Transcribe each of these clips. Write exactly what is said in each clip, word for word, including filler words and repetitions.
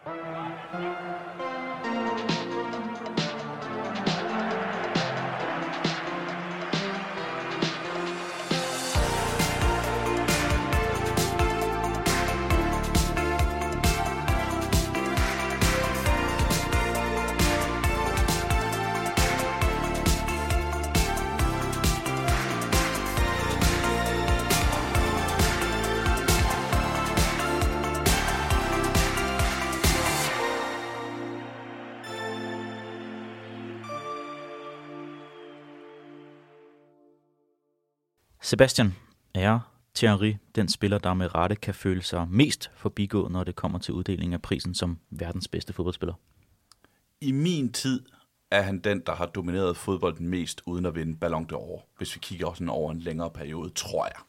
Sebastian, er Thierry den spiller, der med rette kan føle sig mest forbigået, når det kommer til uddelingen af prisen som verdens bedste fodboldspiller? I min tid er han den, der har domineret fodbolden mest, uden at vinde Ballon d'Or. Hvis vi kigger også over en længere periode, tror jeg.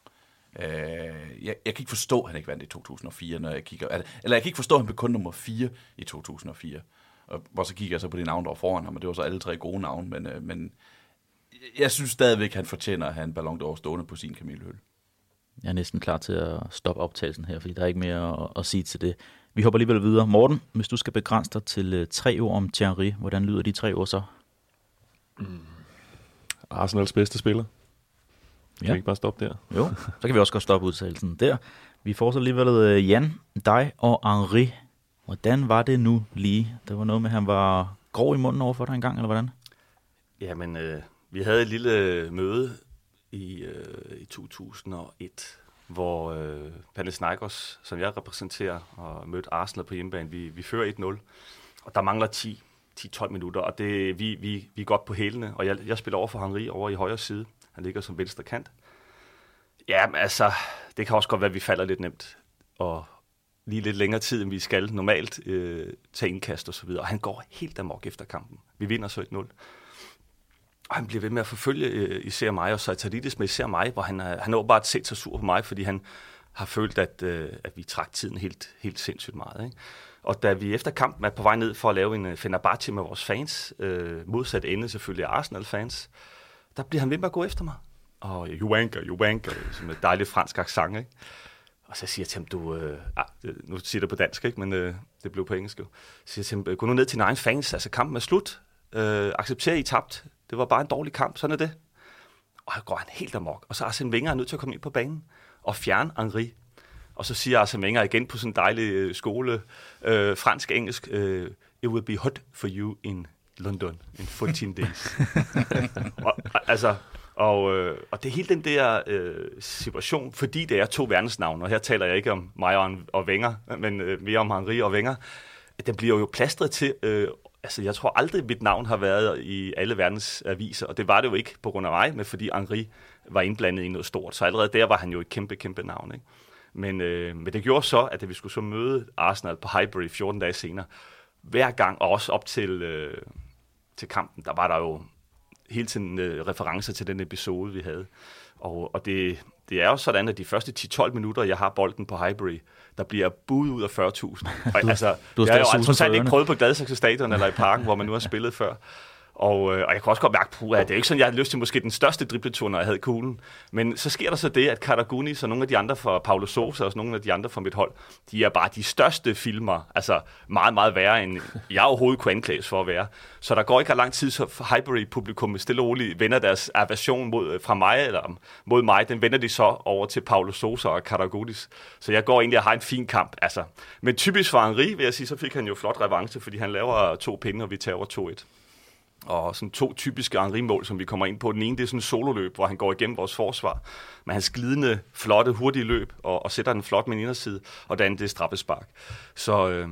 Øh, jeg. Jeg kan ikke forstå, at han ikke vandt i to tusind og fire, når jeg kigger... Eller jeg kan ikke forstå, at han blev kun nummer fire i to tusind og fire. Og, og så kigger jeg så på de navne, der var foran ham, og det var så alle tre gode navne, men... Øh, men jeg synes stadigvæk, at han fortjener at have en Ballon d'Or stående på sin kamelhylde. Jeg er næsten klar til at stoppe optagelsen her, fordi der er ikke mere at, at sige til det. Vi hopper alligevel videre. Morten, hvis du skal begrænse dig til uh, tre ord om Thierry, hvordan lyder de tre ord så? Mm. Arsenals bedste spiller. Kan ja. vi ikke bare stoppe der? Jo, så kan vi også godt stoppe udtalelsen der. Vi får så alligevel uh, Jan, dig og Henri. Hvordan var det nu lige? Det var noget med, at han var grov i munden overfor dig engang, eller hvordan? Jamen... Øh Vi havde et lille møde i, øh, i to tusind og et, hvor øh, Panathinaikos, som jeg repræsenterer, og mødte Arsenal på hjemmebane. Vi, vi fører et nul, og der mangler ti til tolv minutter, og det, vi, vi, vi er godt på hælene. Og jeg, jeg spiller over for Henri over i højre side. Han ligger som venstre kant. Ja, men altså, det kan også godt være, at vi falder lidt nemt, og lige lidt længere tid, end vi skal normalt øh, tage indkast og så videre. Og han går helt amok efter kampen. Vi vinder så et nul. Og han bliver ved med at forfølge øh, især mig, og Saitadidis med især mig, hvor han, han har åbenbart set sig sur på mig, fordi han har følt, at, øh, at vi trak tiden helt, helt sindssygt meget. Ikke? Og da vi efter kampen er på vej ned for at lave en Fenerbahce med vores fans, øh, modsat ende selvfølgelig Arsenal-fans, der bliver han ved med at gå efter mig. Og you wanker, you wanker, som et dejligt fransk accent, ikke? Og så siger jeg til ham, du, øh, ah, nu siger det på dansk, ikke? Men øh, det blev på engelsk jo. Så siger jeg til ham, gå nu ned til dine egen fans, altså kampen er slut, øh, accepter I tabt. Det var bare en dårlig kamp, sådan er det. Og så går han helt amok. Og så er Arsene Wenger nødt til at komme ind på banen og fjerne Henri. Og så siger Arsene Wenger igen på sådan en dejlig øh, skole, øh, fransk-engelsk, øh, it will be hot for you in London in fourteen days. og, altså, og, øh, og det er hele den der øh, situation, fordi det er to verdensnavne, og her taler jeg ikke om mig og, og Wenger, men øh, mere om Henri og Wenger. Den bliver jo plastret til... Øh, Altså, jeg tror aldrig, mit navn har været i alle verdens aviser, og det var det jo ikke på grund af mig, men fordi Henri var indblandet i noget stort. Så allerede der var han jo et kæmpe, kæmpe navn. Ikke? Men, øh, men det gjorde så, at da vi skulle så møde Arsenal på Highbury fjorten dage senere, hver gang, og også op til, øh, til kampen, der var der jo hele tiden øh, referencer til den episode, vi havde. Og, og det, det er jo sådan, at de første ti til tolv minutter, jeg har bolden på Highbury, der bliver buet ud af fyrre tusind. Altså, du jeg har jo altså ikke prøvet på Gladsaxe Stadion eller i Parken, hvor man nu har spillet før. Og, og jeg kan også godt mærke, at det er ikke sådan, jeg havde lyst til måske den største dribletur, når jeg havde kuglen. Men så sker der så det, at Karagounis og nogle af de andre fra Paulo Sousa og nogle af de andre fra mit hold, de er bare de største filmer, altså meget, meget værre, end jeg overhovedet kunne anklages for at være. Så der går ikke lang tid, så Highbury-publikum stille og roligt vender deres aversion mod, fra mig, eller mod mig, den vender de så over til Paulo Sousa og Karagounis. Så jeg går egentlig og har en fin kamp. Altså. Men typisk for Henri, vil jeg sige, så fik han jo flot revanche, fordi han laver to pinde, og vi tager over to et. Og sådan to typiske Henri-mål, som vi kommer ind på. Den ene, det er sådan en sololøb, hvor han går igennem vores forsvar med hans glidende, flotte, hurtige løb, og, og sætter den flot med en inderside, og det andet, det er straffespark. Så øh,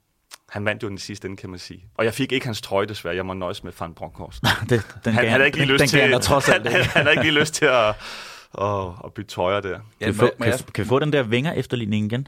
han vandt jo den sidste ende, kan man sige. Og jeg fik ikke hans trøje, desværre. Jeg må nøjes med Van Bronckhorst. det, den han, han havde ikke lige lyst til, han, han, han havde ikke lige lyst til at, at, at bytte trøjer der. Kan, vi få, kan, kan vi få den der Wenger-efterligning igen?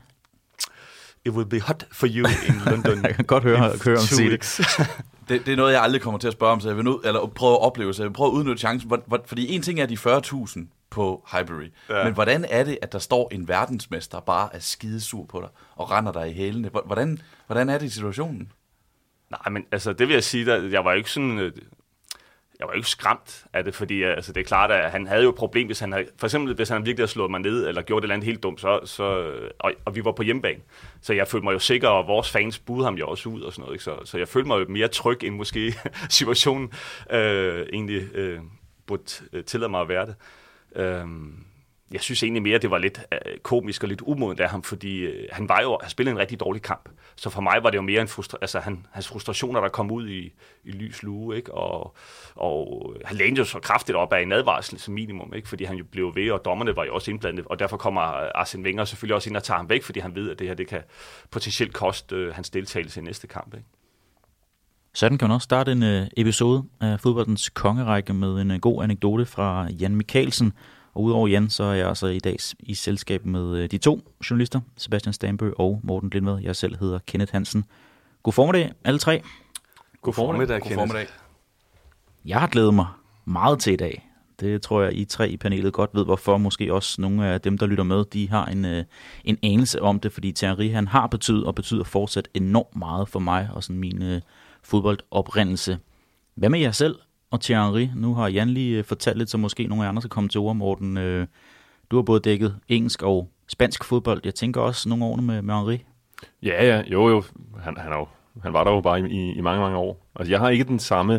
It will be hot for you in London. Jeg kan godt høre, høre om sige det. det. Det er noget, jeg aldrig kommer til at spørge om, så jeg vil nu, eller prøve at opleve, så jeg vil prøve at udnytte chancen. Hvor, hvor, fordi en ting er de fyrre tusind på Highbury, ja. Men hvordan er det, at der står en verdensmester bare er skidesur på dig og render dig i hælene? Hvordan, hvordan er det i situationen? Nej, men altså, det vil jeg sige, at jeg var ikke sådan... jeg var jo ikke skræmt af det, fordi altså, det er klart, at han havde jo et problem, hvis han havde, for eksempel hvis han virkelig havde slået mig ned, eller gjort et eller andet helt dumt, så, så, og, og vi var på hjemmebane. Så jeg følte mig jo sikker, og vores fans budede ham jo også ud og sådan noget. Ikke? Så, så jeg følte mig jo mere tryg, end måske situationen øh, egentlig øh, burde øh, tillade mig at være det. Øh, Jeg synes egentlig mere, at det var lidt øh, komisk og lidt umodent af ham, fordi øh, han var jo, han spillede en rigtig dårlig kamp. Så for mig var det jo mere en frustra- altså, han, hans frustrationer, der kom ud i, i lys lue, ikke? Og, og han lænede jo så kraftigt op af en advarsel som minimum, ikke? Fordi han jo blev ved, og dommerne var jo også indblandet, og derfor kommer Arsene Wenger selvfølgelig også ind og tager ham væk, fordi han ved, at det her det kan potentielt koste øh, hans deltagelse i næste kamp, ikke? Sådan kan man også starte en øh, episode af fodboldens kongerække med en øh, god anekdote fra Jan Mikkelsen. Og udover Jan, så er jeg altså i dag i selskab med øh, de to journalister, Sebastian Stambø og Morten Lindvad. Jeg selv hedder Kenneth Hansen. God formiddag, alle tre. God formiddag, God formiddag. Jeg har glædet mig meget til i dag. Det tror jeg, I tre i panelet godt ved, hvorfor. Måske også nogle af dem, der lytter med, de har en, øh, en anelse om det, fordi Thierry, han har betydet og betyder fortsat enormt meget for mig og sådan min øh, fodboldoprindelse. Hvad med jer selv og Thierry? Nu har Jan lige øh, fortalt lidt, så måske nogle af andre skal komme til ord, Morten. Øh, du har både dækket engelsk og spansk fodbold. Jeg tænker også nogle år med, med Henry. Ja, ja, jo, jo. Han, han, er jo, han var der jo bare i, i mange, mange år. Altså, jeg har ikke den samme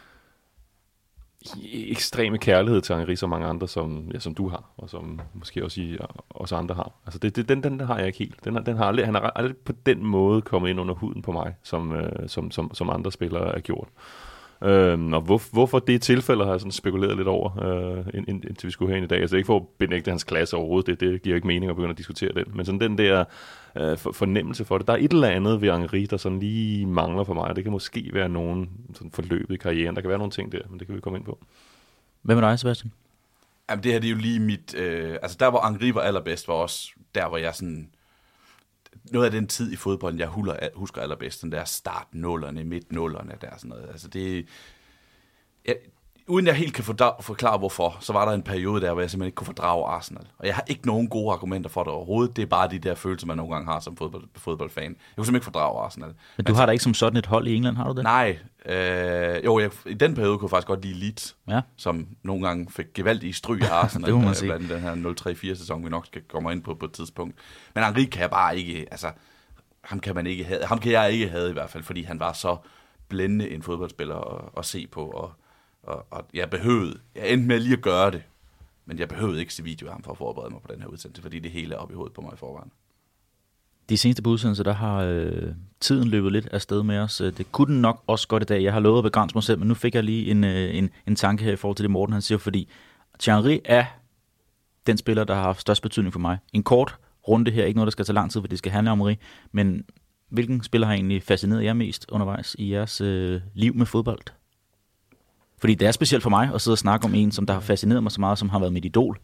ekstreme kærlighed til Henry som mange andre, som, ja, som du har, og som måske også, I, også andre har. Altså, det, det, den, den har jeg ikke helt. Den, den har aldrig, han har aldrig på den måde kommet ind under huden på mig, som, øh, som, som, som andre spillere er gjort. Øhm, og hvor, hvorfor det tilfælde har jeg sådan spekuleret lidt over, øh, ind, ind, indtil vi skulle herind i dag. Altså ikke for at benægte hans klasse overhovedet, det, det giver ikke mening at begynde at diskutere den, men sådan den der øh, for, fornemmelse for det. Der er et eller andet ved Henry, der sådan lige mangler for mig. Det kan måske være nogen sådan forløbet i karrieren. Der kan være nogle ting der, men det kan vi komme ind på. Hvad med dig, Sebastian? Jamen det her, det er jo lige mit... Øh, altså der, hvor Henry var allerbedst, var også der, hvor jeg sådan... Noget af den tid i fodbolden, jeg husker allerbedst, den der start-nullerne, midt-nullerne, der sådan noget. Altså det... Jeg, uden jeg helt kan forklare hvorfor, så var der en periode der, hvor jeg simpelthen ikke kunne fordrage Arsenal. Og jeg har ikke nogen gode argumenter for det overhovedet. Det er bare de der følelser, man nogle gange har som fodbold, fodboldfan. Jeg kunne simpelthen ikke fordrage Arsenal. Men du Men, har da ikke som sådan et hold i England, har du det? Nej. Øh, jo, jeg, i den periode kunne jeg faktisk godt lide Leeds, ja. Som nogle gange fik gevaldige stryg af Arsenal. Det må man sige. Blandt den her nul tre fire sæson, vi nok skal komme ind på på et tidspunkt. Men Henry kan jeg bare ikke, altså, ham kan man ikke have, ham kan jeg ikke have i hvert fald, fordi han var så blændende en fodboldspiller at, at se på, og Og, og jeg behøvede, jeg endte med lige at gøre det, men jeg behøvede ikke se video af ham for at forberede mig på den her udsendelse, fordi det hele er oppe i hovedet på mig i forvejen. De seneste på udsendelser, der har øh, tiden løbet lidt afsted med os. Det kunne den nok også godt i dag. Jeg har lovet at begrænse mig selv, men nu fik jeg lige en, øh, en, en tanke her i forhold til det, Morten han siger, fordi Thierry er den spiller, der har haft størst betydning for mig. En kort runde her, ikke noget, der skal tage lang tid, for det skal handle om Henry, men hvilken spiller har egentlig fascineret jer mest undervejs i jeres øh, liv med fodbold? Fordi det er specielt for mig at sidde og snakke om en, som der har fascineret mig så meget, som har været mit idol.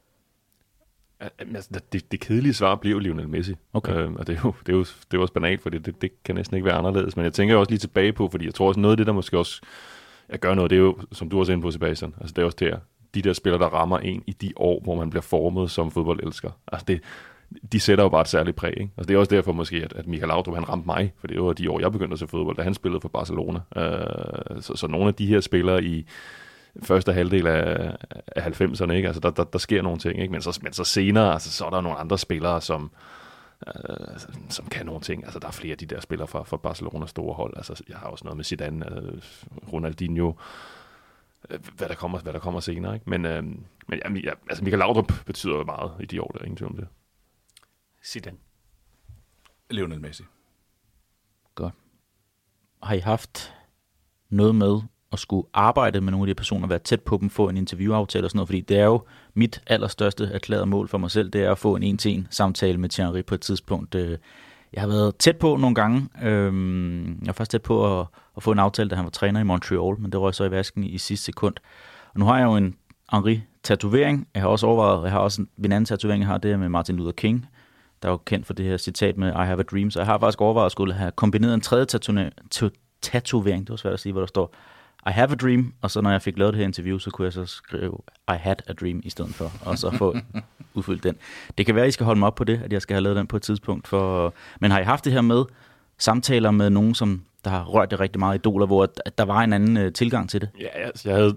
Altså, det, det kedelige svar bliver Lionel Messi. Okay. Øhm, og det er jo, det er jo, det er også banalt, for det, det, det kan næsten ikke være anderledes. Men jeg tænker også lige tilbage på, fordi jeg tror også noget af det, der måske også jeg gør noget, det er jo, som du også er inde på, Sebastian. Altså det er også der, de der spillere, der rammer en i de år, hvor man bliver formet som fodboldelsker. Altså det, de sætter jo bare et særligt præg, ikke? Altså det er også derfor måske, at, at Michael Laudrup, han ramte mig, for det var de år, jeg begyndte at se fodbold, da han spillede for Barcelona. Uh, så, så nogle af de her spillere i første halvdel af, af halvfemserne, ikke? Altså der, der, der sker nogle ting, ikke? Men så, men så senere, altså, så er der nogle andre spillere, som, uh, som kan nogle ting. Altså der er flere af de der spillere fra, fra Barcelonas store hold. Altså jeg har også noget med Zidane, uh, Ronaldinho, hvad der kommer, hvad der kommer senere, ikke? Men, uh, men ja, altså Michael Laudrup betyder jo meget i de år, der er ingen tvivl om det. Zidane. Lionel Messi. Godt. Har I haft noget med at skulle arbejde med nogle af de personer, være tæt på dem, få en interviewaftale og sådan noget? Fordi det er jo mit allerstørste erklærede mål for mig selv, det er at få en en-til-en samtale med Thierry på et tidspunkt. Jeg har været tæt på nogle gange. Jeg var faktisk tæt på at, at få en aftale, da han var træner i Montreal, men det røg så i vasken i sidste sekund. Og nu har jeg jo en Henry-tatovering. Jeg har også overvejet, jeg har også en, en anden tatovering, jeg har, det med Martin Luther King, der er jo kendt for det her citat med I have a dream, så jeg har faktisk overvejet at skulle have kombineret en tredje tatovering, det var svært at sige, hvor der står I have a dream, og så når jeg fik lavet det her interview, så kunne jeg så skrive I had a dream i stedet for, og så få udfyldt den. Det kan være, at I skal holde mig op på det, at jeg skal have lavet den på et tidspunkt, for... men har I haft det her med samtaler med nogen, som der har rørt det rigtig meget idoler, hvor at der var en anden øh, tilgang til det. Ja, altså, jeg havde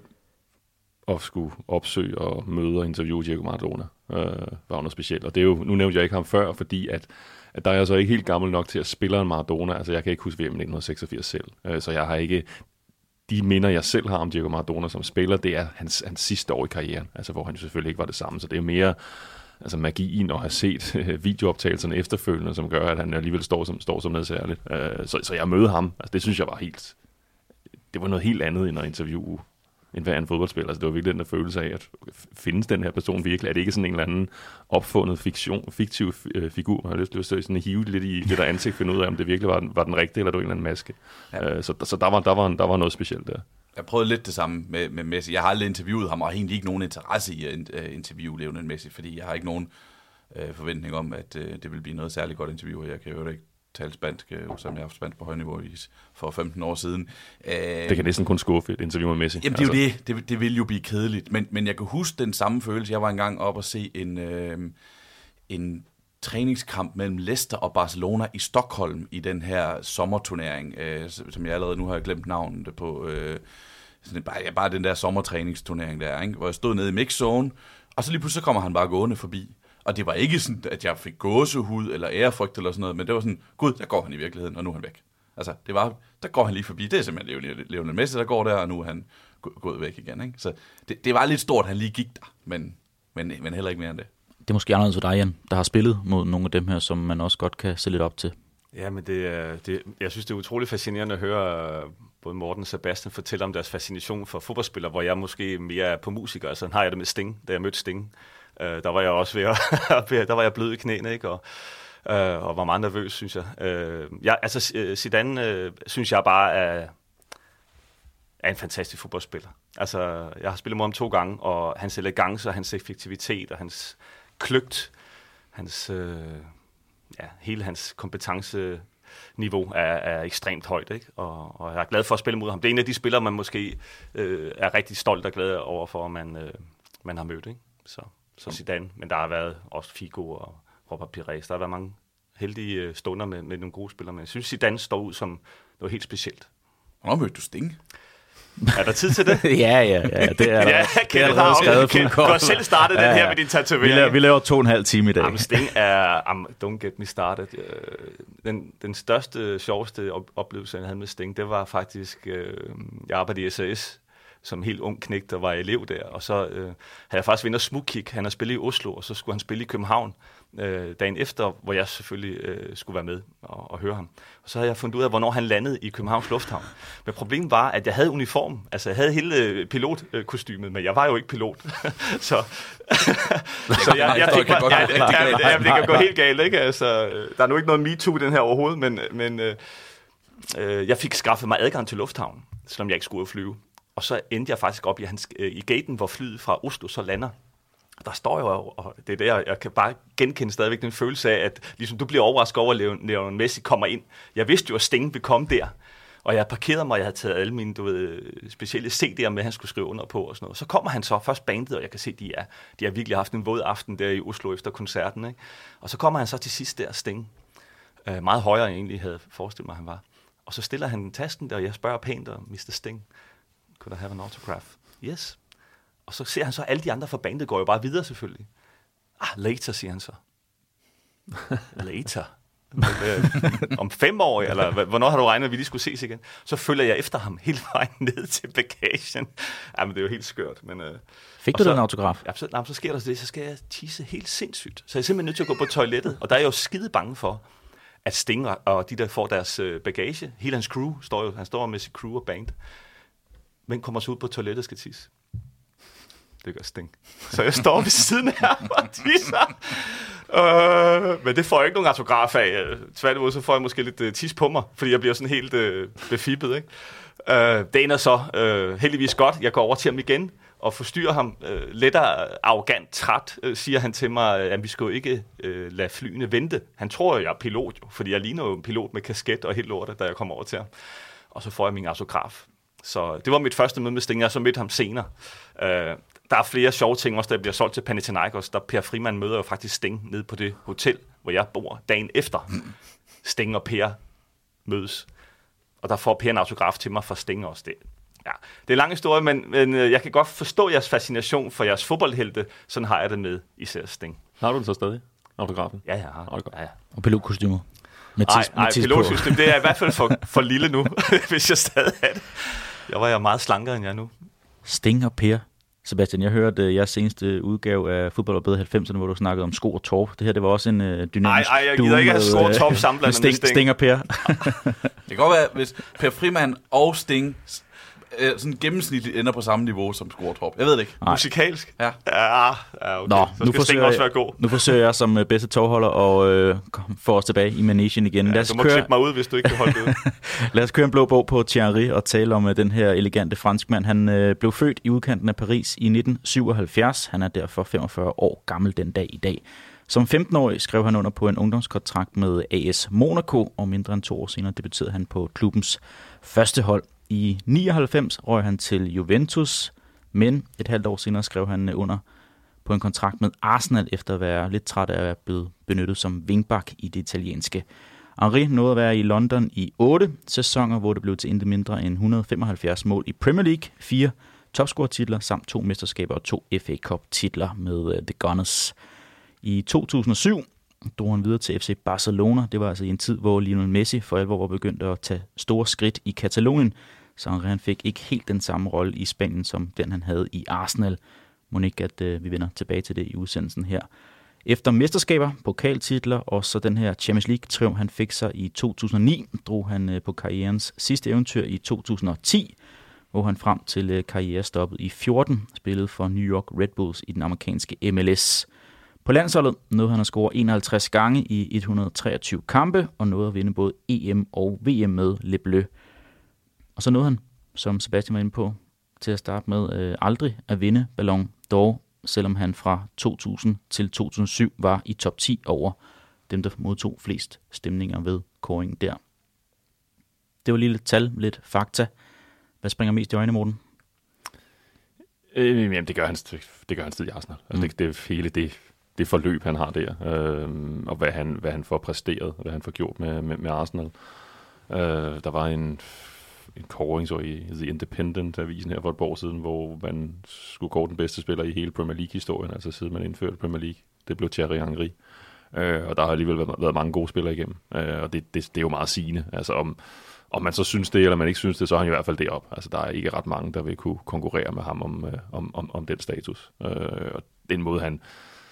at skulle opsøge og møde og interviewe Diego Maradona. Øh, var noget specielt. Og det er jo, nu nævnte jeg ikke ham før, fordi at, at der er jeg så ikke helt gammel nok til at spille en Maradona. Altså, jeg kan ikke huske V M nitten seksogfirs selv. Øh, så jeg har ikke... De minder, jeg selv har om Diego Maradona som spiller, det er hans, hans sidste år i karrieren. Altså, hvor han selvfølgelig ikke var det samme. Så det er mere... Altså magien at have set øh, videooptagelserne efterfølgende, som gør, at han alligevel står som, står som noget særligt. Øh, så, så jeg mødte ham. Altså, det synes jeg var helt... Det var noget helt andet end at interviewe en hver anden fodboldspiller. Altså, det var virkelig den der følelse af, at findes den her person virkelig? Er det ikke sådan en eller anden opfundet fiktion, fiktiv øh, figur? Man har lyst, lyst til sådan at hive lidt i det der ansigt, finde ud af, om det virkelig var den, var den rigtige, eller det var en eller anden maske. Ja. Øh, så så der, var, der, var, der var noget specielt der. Jeg prøvede lidt det samme med, med Messi. Jeg har aldrig interviewet ham, og har egentlig ikke nogen interesse i at uh, interviewe Lionel Messi, fordi jeg har ikke nogen uh, forventning om, at uh, det vil blive noget særligt godt interview. Jeg kan jo ikke tale spansk, uh, som jeg har haft spansk på højniveau for femten år siden. Uh, det kan næsten kun skuffe et interview med Messi. Jamen det er altså. jo det. det. Det vil jo blive kedeligt. Men, men jeg kan huske den samme følelse. Jeg var engang oppe og se en, uh, en træningskamp mellem Leicester og Barcelona i Stockholm i den her sommerturnering, øh, som jeg allerede nu har glemt navnet på. Øh, sådan bare, ja, bare den der sommertræningsturnering der, ikke? Hvor jeg stod nede i mixzone, og så lige pludselig kommer han bare gående forbi. Og det var ikke sådan, at jeg fik gåsehud eller ærefrygt eller sådan noget, men det var sådan, gud, der går han i virkeligheden, og nu er han væk. Altså, det var, der går han lige forbi. Det er simpelthen Lionel Messi, der går der, og nu er han gået væk igen, ikke? Så det, det var lidt stort, at han lige gik der, men, men, men heller ikke mere end det. Det er måske anderledes for dig, Jan, der har spillet mod nogle af dem her, som man også godt kan se lidt op til. Ja, men det, det, jeg synes, det er utroligt fascinerende at høre både Morten og Sebastian fortælle om deres fascination for fodboldspillere, hvor jeg måske mere er på musiker. Altså, har jeg det med Sting, da jeg mødte Sting. Uh, der var jeg også ved at, der var jeg blød i knæene, ikke? Og, uh, og var meget nervøs, synes jeg. Uh, jeg altså, Zidane uh, synes jeg bare er, er en fantastisk fodboldspiller. Altså, jeg har spillet mod ham to gange, og hans elegance og hans effektivitet og hans kløgt, hans, øh, ja, hele hans kompetenceniveau er, er ekstremt højt, ikke? Og, og jeg er glad for at spille mod ham. Det er en af de spillere, man måske øh, er rigtig stolt og glad over for, at man, øh, man har mødt, ikke? Så, så Zidane, men der har været også Figo og Robert Pires. Der har været mange heldige stunder med, med nogle gode spillere, men jeg synes, Zidane står ud som noget helt specielt. Hvornår mødte du Sting? Er der tid til det? ja, ja, ja. Det er der. ja, det er allerede skrevet fuldt kort. Du har selv startet ja, ja. den her med din tatovering. Vi laver, vi laver to og en halv time i dag. Jamen, Sting er... Um, don't get me started. Den, den største, sjoveste oplevelse, jeg havde med Sting, det var faktisk... Uh, jeg arbejdede i S A S som helt ung knægt, der var elev der. Og så uh, havde jeg faktisk vendt og smugkig. Han har spillet i Oslo, og så skulle han spille i København øh, dagen efter, hvor jeg selvfølgelig øh, skulle være med og, og høre ham. Og så havde jeg fundet ud af, hvornår han landede i Københavns Lufthavn. Men problemet var, at jeg havde uniform. Altså, jeg havde hele pilotkostymet, men jeg var jo ikke pilot. så så jeg, jeg fik bare... Ja, det, ja, det kan gå helt galt, ikke? Altså, der er nu ikke noget MeToo i den her overhovedet, men, men øh, øh, jeg fik skaffet mig adgang til lufthavnen, selvom jeg ikke skulle flyve. Og så endte jeg faktisk op i, hans, øh, i gaten, hvor flyet fra Oslo så lander. Der står jo, og det er der, jeg kan bare genkende stadigvæk den følelse af, at ligesom du bliver overrasket over, at Lionel Messi kommer ind. Jeg vidste jo, at Sting ville komme der, og jeg parkerede mig, og jeg havde taget alle mine du ved, specielle C D'er med, han skulle skrive under på og sådan noget. Så kommer han så, først bandet, og jeg kan se, de er, de har virkelig haft en våd aften der i Oslo efter koncerten, ikke? Og så kommer han så til sidst der, Sting. Øh, meget højere, end jeg egentlig havde forestillet mig, han var. Og så stiller han tasken der, og jeg spørger pænt, og mister Sting, could I have an autograph? Yes. Og så ser han så, at alle de andre fra bandet går jo bare videre selvfølgelig. Ah, later, siger han så. Later? Om fem år, eller hvornår har du regnet, at vi lige skulle ses igen? Så følger jeg efter ham hele vejen ned til bagagen. Jamen, det er jo helt skørt. Men, øh, Fik du så, den autograf? Ja, så, nej, så sker der det, så skal jeg tisse helt sindssygt. Så jeg er simpelthen nødt til at gå på toilettet, og der er jeg jo skide bange for, at Sting og de, der får deres bagage, hele hans crew, står jo, han står med sit crew og band, men kommer så ud på toilettet og skal tisse. Det gør Sting. Så jeg står ved siden af ham og tisser. Uh, men det får jeg ikke nogen autograf af. Tværtimod, så får jeg måske lidt uh, tis på mig, fordi jeg bliver sådan helt uh, befippet, ikke? Uh, det ender så uh, heldigvis godt. Jeg går over til ham igen og forstyrrer ham. Uh, lettere arrogant træt, uh, siger han til mig, at vi skal jo ikke uh, lade flyene vente. Han tror jo, jeg er pilot, jo, fordi jeg ligner jo en pilot med kasket og helt lortet, da jeg kommer over til ham. Og så får jeg min autograf. Så det var mit første møde med Sting. Jeg har så mødt ham senere. Uh, Der er flere sjove ting også, der bliver solgt til Panathinaikos. Der Per Frimann møder jo faktisk Sting nede på det hotel, hvor jeg bor dagen efter. Sting og Per mødes. og der får Per en autograf til mig fra Sting også. Det, ja. det er en lang historie, men, men jeg kan godt forstå jeres fascination for jeres fodboldhelte. Sådan har jeg det med især Sting. Har du den så stadig, autografen? Ja, jeg har. Okay. Ja, ja. Og pilotkostymer. Nej, nej, pilotsystem, det er i hvert fald for, for lille nu, hvis jeg stadig har det. Jeg var jeg meget slankere end jeg nu. Sting og Per. Sebastian, jeg hørte uh, jeres seneste udgave af Fodbold og Bedre halvfemserne, hvor du snakkede om Sko og Torp. Det her, det var også en uh, dynamisk duo. Nej, jeg gider ikke have Sko og Torp sammenblandet med Sting, Sting. Sting og Per. Det kan godt være, hvis Per Frimann og Sting øh, sådan gennemsnitligt ender på samme niveau som Sko og Torp. Jeg ved det ikke. Nej. Musikalsk? Ja. Ja, ja okay. Nå, så nu skal Sting også være god. Nu forsøger jeg som bedste tovholder og øh, få os tilbage i managen igen. Ja, Lad os du må køre... klippe mig ud, hvis du ikke kan holde det ud. Lad os køre en blå bog på Thierry og tale om uh, den her elegante franskmand. Han øh, blev født i udkanten af Paris i nitten syvoghalvfjerds. Han er derfor femogfyrre år gammel den dag i dag. Som femten-årig skrev han under på en ungdomskontrakt med A S Monaco, og mindre end to år senere debuterede han på klubbens første hold. I nioghalvfems røg han til Juventus, men et halvt år senere skrev han under på en kontrakt med Arsenal, efter at være lidt træt af at være blevet benyttet som wingback i det italienske. Henry nåede at være i London i otte sæsoner, hvor det blev til intet mindre end et hundrede og femoghalvfjerds mål i Premier League, fire topscorer-titler samt to mesterskaber og to F A Cup-titler med uh, The Gunners. I to tusind og syv drog han videre til F C Barcelona. Det var altså i en tid, hvor Lionel Messi for alvor var begyndt at tage store skridt i Katalonien, så Henry han fik ikke helt den samme rolle i Spanien, som den han havde i Arsenal. Må ikke, at uh, vi vender tilbage til det i udsendelsen her. Efter mesterskaber, pokaltitler og så den her Champions League-triumf, han fik sig i to tusind og ni, drog han uh, på karrierens sidste eventyr i to tusind og ti, hvor han frem til uh, karrierestoppet i fjorten spillede for New York Red Bulls i den amerikanske M L S. På landsholdet nåede han at score enoghalvtreds gange i et hundrede og treogtyve kampe, og nåede at vinde både E M og V M med Le Bleu. Og så nåede han, som Sebastian var inde på, til at starte med øh, aldrig at vinde Ballon d'Or, selvom han fra to tusind til to tusind og syv var i top ti over dem, der modtog flest stemninger ved kåringen der. Det var lige lidt tal, lidt fakta. Hvad springer mest i øjnene, Morten? Øh, jamen, det gør hans, det gør hans tid i Arsenal. Altså, mm. det, det hele det, det forløb, han har der, øh, og hvad han, hvad han får præsteret, hvad han får gjort med, med, med Arsenal. Øh, der var en, en kåring så i The Independent-avisen her for et par år siden, hvor man skulle kåre den bedste spiller i hele Premier League-historien, altså siden man indførte Premier League. Det blev Thierry Henry. Øh, og der har alligevel været, været mange gode spillere igennem, øh, og det, det, det er jo meget sigende. Altså om, om man så synes det, eller man ikke synes det, så er han i hvert fald deroppe. Altså der er ikke ret mange, der vil kunne konkurrere med ham om, øh, om, om, om den status. Øh, og den måde, han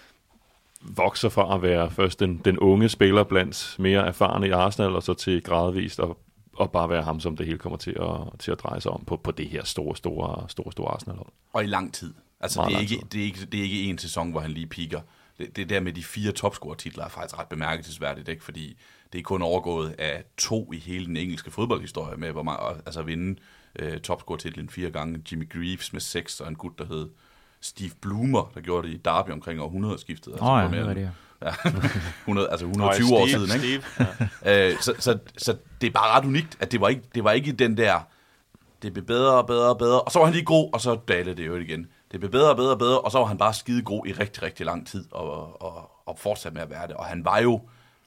vokser fra at være først den, den unge spiller blandt mere erfarne i Arsenal, og så til gradvist at, at bare være ham, som det hele kommer til at, til at dreje sig om på, på det her store, store, store, store Arsenal-hold. Og i lang tid. Altså det er, ikke, det, er ikke, det er ikke en sæson, hvor han lige piker. Det, det der med de fire topscorer-titler er faktisk ret bemærkelsesværdigt, ikke? Fordi det er kun overgået af to i hele den engelske fodboldhistorie med hvor man, altså at vinde øh, topscorer-titlen fire gange. Jimmy Greaves med seks, og en gut, der hed Steve Bloomer, der gjorde det i Derby omkring århundredeskiftet. Altså, oh, ja, det var det, ja. hundrede, altså et hundrede og tyve Steve, år siden, ikke? Ja. øh, så, så, så det er bare ret unikt, at det var ikke, det var ikke den der, det blev bedre og bedre og bedre, og så var han lige god, og så dalede det jo igen. Det blev bedre og bedre og bedre, og så var han bare skide god i rigtig, rigtig lang tid, og, og, og fortsat med at være det. Og han var jo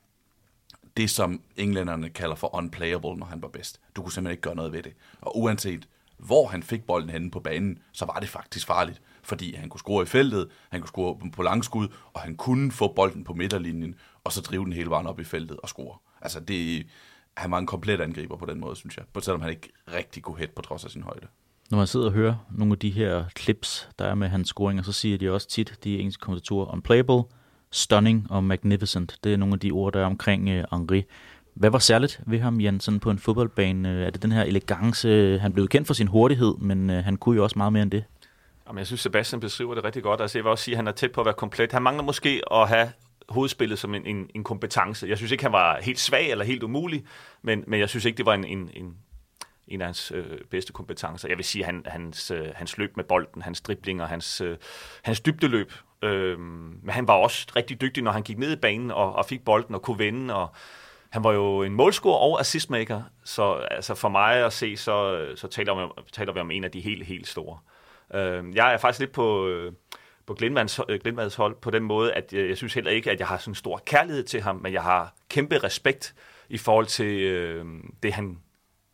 det, som englænderne kalder for unplayable, når han var bedst. Du kunne simpelthen ikke gøre noget ved det. Og uanset hvor han fik bolden henne på banen, så var det faktisk farligt. Fordi han kunne score i feltet, han kunne score på langskud, og han kunne få bolden på midterlinjen, og så drive den hele vejen op i feltet og score. Altså, det, han var en komplet angriber på den måde, synes jeg. Selvom han ikke rigtig kunne hætte på trods af sin højde. Når man sidder og hører nogle af de her clips, der er med hans scoringer, så siger de også tit, de engelske kommentatorer, unplayable, stunning og magnificent. Det er nogle af de ord, der er omkring uh, Henry. Hvad var særligt ved ham, Jan, sådan på en fodboldbane? Er det den her elegance? Han blev kendt for sin hurtighed, men uh, han kunne jo også meget mere end det. Jamen, jeg synes, Sebastian beskriver det rigtig godt. Altså, jeg vil også sige, at han er tæt på at være komplet. Han mangler måske at have hovedspillet som en, en, en kompetence. Jeg synes ikke, han var helt svag eller helt umulig, men, men jeg synes ikke, det var en, en, en, en af hans øh, bedste kompetencer. Jeg vil sige, han, hans, øh, hans løb med bolden, hans driblinger, hans, øh, hans dybdeløb. Øh, men han var også rigtig dygtig, når han gik ned i banen og, og fik bolden og kunne vende. Og han var jo en målscorer og assistmaker, så altså for mig at se, så, så taler, vi, taler vi om en af de helt, helt store. Jeg er faktisk lidt på, på Glindvads hold på den måde, at jeg, jeg synes heller ikke, at jeg har sådan stor kærlighed til ham, men jeg har kæmpe respekt i forhold til øh, det, han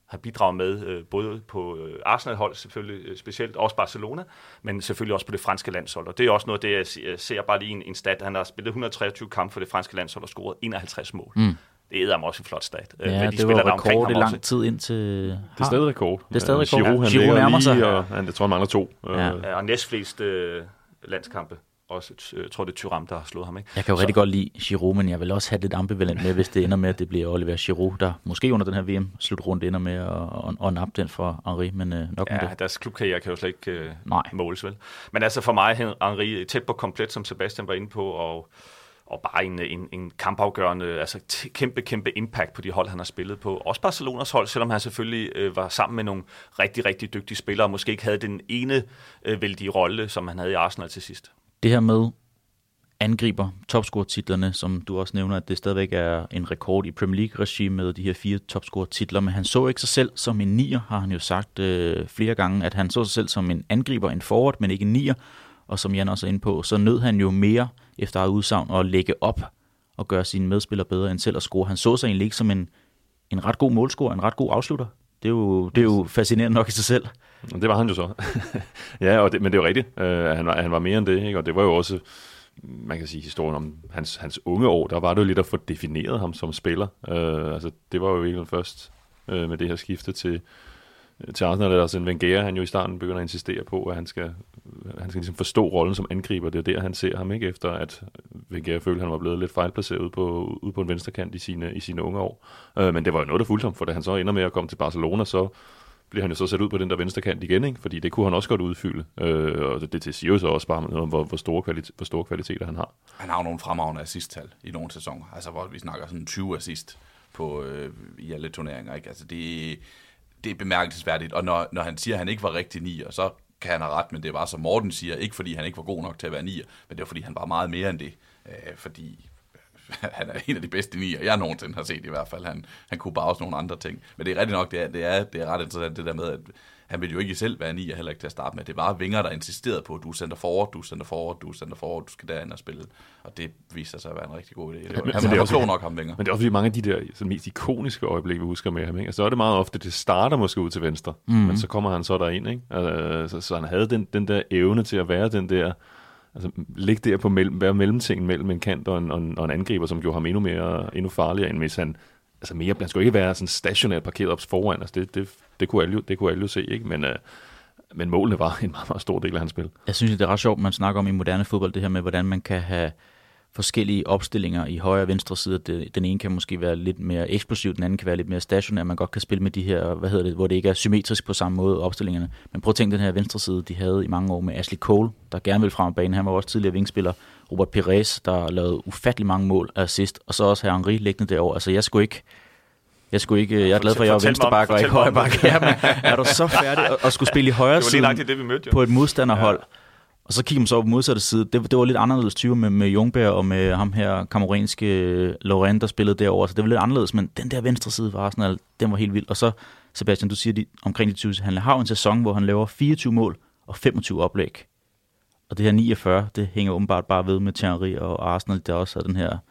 har bidraget med, øh, både på øh, Arsenal-hold selvfølgelig, øh, specielt også Barcelona, men selvfølgelig også på det franske landshold. Og det er også noget, det jeg, jeg ser bare lige en, en stat. Han har spillet et hundrede og treogtyve kampe for det franske landshold og scoret enoghalvtreds mål. Mm. Det er også en flot stat. Ja, de det var rekord i lang også. tid indtil... Det er stadig rekord. Det er stadig rekord. Giroud, han Giroud nærmer sig. Og han, jeg tror, han mangler to. Ja. Ja, og næstflest øh, landskampe. Også, jeg tror, det er Thuram, der har slået ham, ikke? Jeg kan jo så. rigtig godt lide Giroud, men jeg vil også have lidt ambivalent med, hvis det ender med, at det bliver Oliver Giroud, der måske under den her V M-slutrunde ender med at, at, at nappe den for Henry, men øh, nok ja, med det. Deres klubkarriere kan jo slet ikke øh, måles, vel? Men altså for mig, Henry tæt på komplet, som Sebastian var inde på, og, og bare en, en, en kampafgørende, altså t- kæmpe, kæmpe impact på de hold, han har spillet på. Også Barcelonas hold, selvom han selvfølgelig øh, var sammen med nogle rigtig, rigtig dygtige spillere, og måske ikke havde den ene øh, vældige rolle, som han havde i Arsenal til sidst. Det her med angriber topscore-titlerne, som du også nævner, at det stadigvæk er en rekord i Premier League-regi med de her fire topscore-titler, men han så ikke sig selv som en nier, har han jo sagt øh, flere gange, at han så sig selv som en angriber, en forward, men ikke en nier, og som Jan også er inde på, så nød han jo mere efter eget udsagn at lægge op og gøre sine medspillere bedre end selv at score. Han så sig egentlig ikke som en, en ret god målscorer, en ret god afslutter. Det er jo, det er jo fascinerende nok i sig selv. Det var han jo så. Ja, og det, men det er jo rigtigt. Uh, han, var, han var mere end det, ikke? Og det var jo også, man kan sige, historien om hans, hans unge år, der var det jo lidt at få defineret ham som spiller. Uh, altså, det var jo virkelig først uh, med det her skifte til, til Arsenal, altså en Wenger, han jo i starten begynder at insistere på, at han skal, han skal ligesom forstå rollen som angriber. Det er der, han ser ham, ikke? Efter at Wenger følte, at han var blevet lidt fejlplaceret ude på, ude på en venstrekant i sine, i sine unge år. Uh, men det var jo noget, der fulgte ham, for da han så ender med at komme til Barcelona, så bliver han jo så sat ud på den der venstrekant igen, ikke? Fordi det kunne han også godt udfylde. Øh, og det, det siger jo så også bare noget om, hvor, hvor, store kvalit- hvor store kvaliteter han har. Han har jo nogle fremragende assist-tal i nogle sæsoner. Altså, hvor vi snakker sådan tyve assist på, øh, i alle turneringer, ikke? Altså, det, det er bemærkelsesværdigt. Og når, når han siger, at han ikke var rigtig nier, så kan han have ret, men det var som Morten siger, ikke fordi han ikke var god nok til at være nier, men det var fordi han var meget mere end det. Øh, fordi han er en af de bedste nier, jeg nogensinde har set i hvert fald. Han, han kunne bare også nogle andre ting. Men det er rigtigt nok, det er, det er, det er ret interessant det der med, at han ville jo ikke selv være nier, heller ikke til at starte med. Det var Wenger, der insisterede på, at du sender forward, du sender forward, du sender forward, du skal derind og spille. Og det viser sig at være en rigtig god idé. Det var, men, han var også nok ham Wenger. Men det er også fordi mange af de der så mest ikoniske øjeblikke, vi husker med ham. Ikke? Altså, så er det meget ofte, det starter måske ud til venstre, mm-hmm. men så kommer han så derind. Ikke? Altså, så, så han havde den, den der evne til at være den der, altså ligge der på mellem, være mellemtingen mellem en kant og en, og en, og en angriber, som gjorde ham endnu mere, endnu farligere, end hvis han, altså mere, han skulle ikke være sådan stationært parkeret op foran, altså det, det, det kunne alle jo, det kunne alle jo se, ikke? Men, uh, men målene var en meget, meget stor del af hans spil. Jeg synes, det er ret sjovt, man snakker om i moderne fodbold, det her med, hvordan man kan have forskellige opstillinger i højre og venstre side. Den ene kan måske være lidt mere eksplosiv, den anden kan være lidt mere stationær. Man godt kan spille med de her, hvad hedder det, hvor det ikke er symmetrisk på samme måde, opstillingerne. Men prøv at tænke den her venstre side, de havde i mange år med Ashley Cole, der gerne ville frem af banen. Han var også tidligere vingspiller. Robert Pires, der lavede ufattelig mange mål af assist, og så også her Henry liggende derovre. Altså jeg skulle ikke Jeg skulle ikke, jeg er glad for, at jeg var venstreback og ikke højreback. Ja, men er du så færdig at, at skulle spille i højre side det, vi mødte, på et modstanderhold? Ja. Og så kigger man så på modsatte side. Det, det var lidt anderledes tyve med, med Ljungberg og med ham her kameruanske Laurent, der spillede derovre. Så det var lidt anderledes, men den der venstre side for Arsenal, den var helt vild. Og så, Sebastian, du siger de, omkring de tyve, han har en sæson, hvor han laver fireogtyve mål og femogtyve oplæg. Og det her niogfyrre, det hænger åbenbart bare ved med Thierry og Arsenal, der også har den her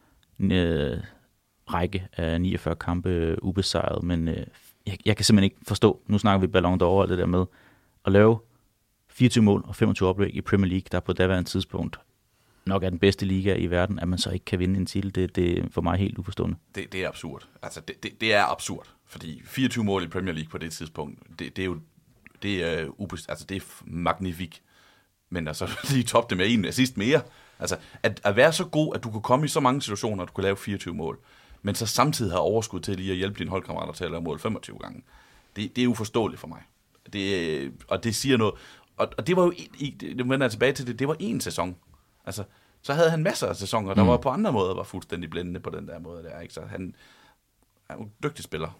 øh, række af niogfyrre kampe ubesejret. Men øh, jeg, jeg kan simpelthen ikke forstå, nu snakker vi Ballon d'Or og det der med at lave fireogtyve mål og femogtyve oplæg i Premier League, der på daværende tidspunkt nok er den bedste liga i verden, at man så ikke kan vinde en titel, det, det er for mig helt uforstående. Det, det er absurd. Altså, det, det, det er absurd, fordi fireogtyve mål i Premier League på det tidspunkt, det, det er jo det er, ubest, altså, det er magnifik. Men altså, lige top det med en assist mere. Altså, at, at være så god, at du kunne komme i så mange situationer, at du kunne lave fireogtyve mål, men så samtidig have overskud til lige at hjælpe dine holdkammerater til at lave mål femogtyve gange. Det, det er uforståeligt for mig. Det, og det siger noget. Og, og det var jo, det vender jeg tilbage til det, det var én sæson. Altså, så havde han masser af sæsoner, der mm. var på andre måder var fuldstændig blændende på den der måde der, ikke? Så han er en dygtig spiller.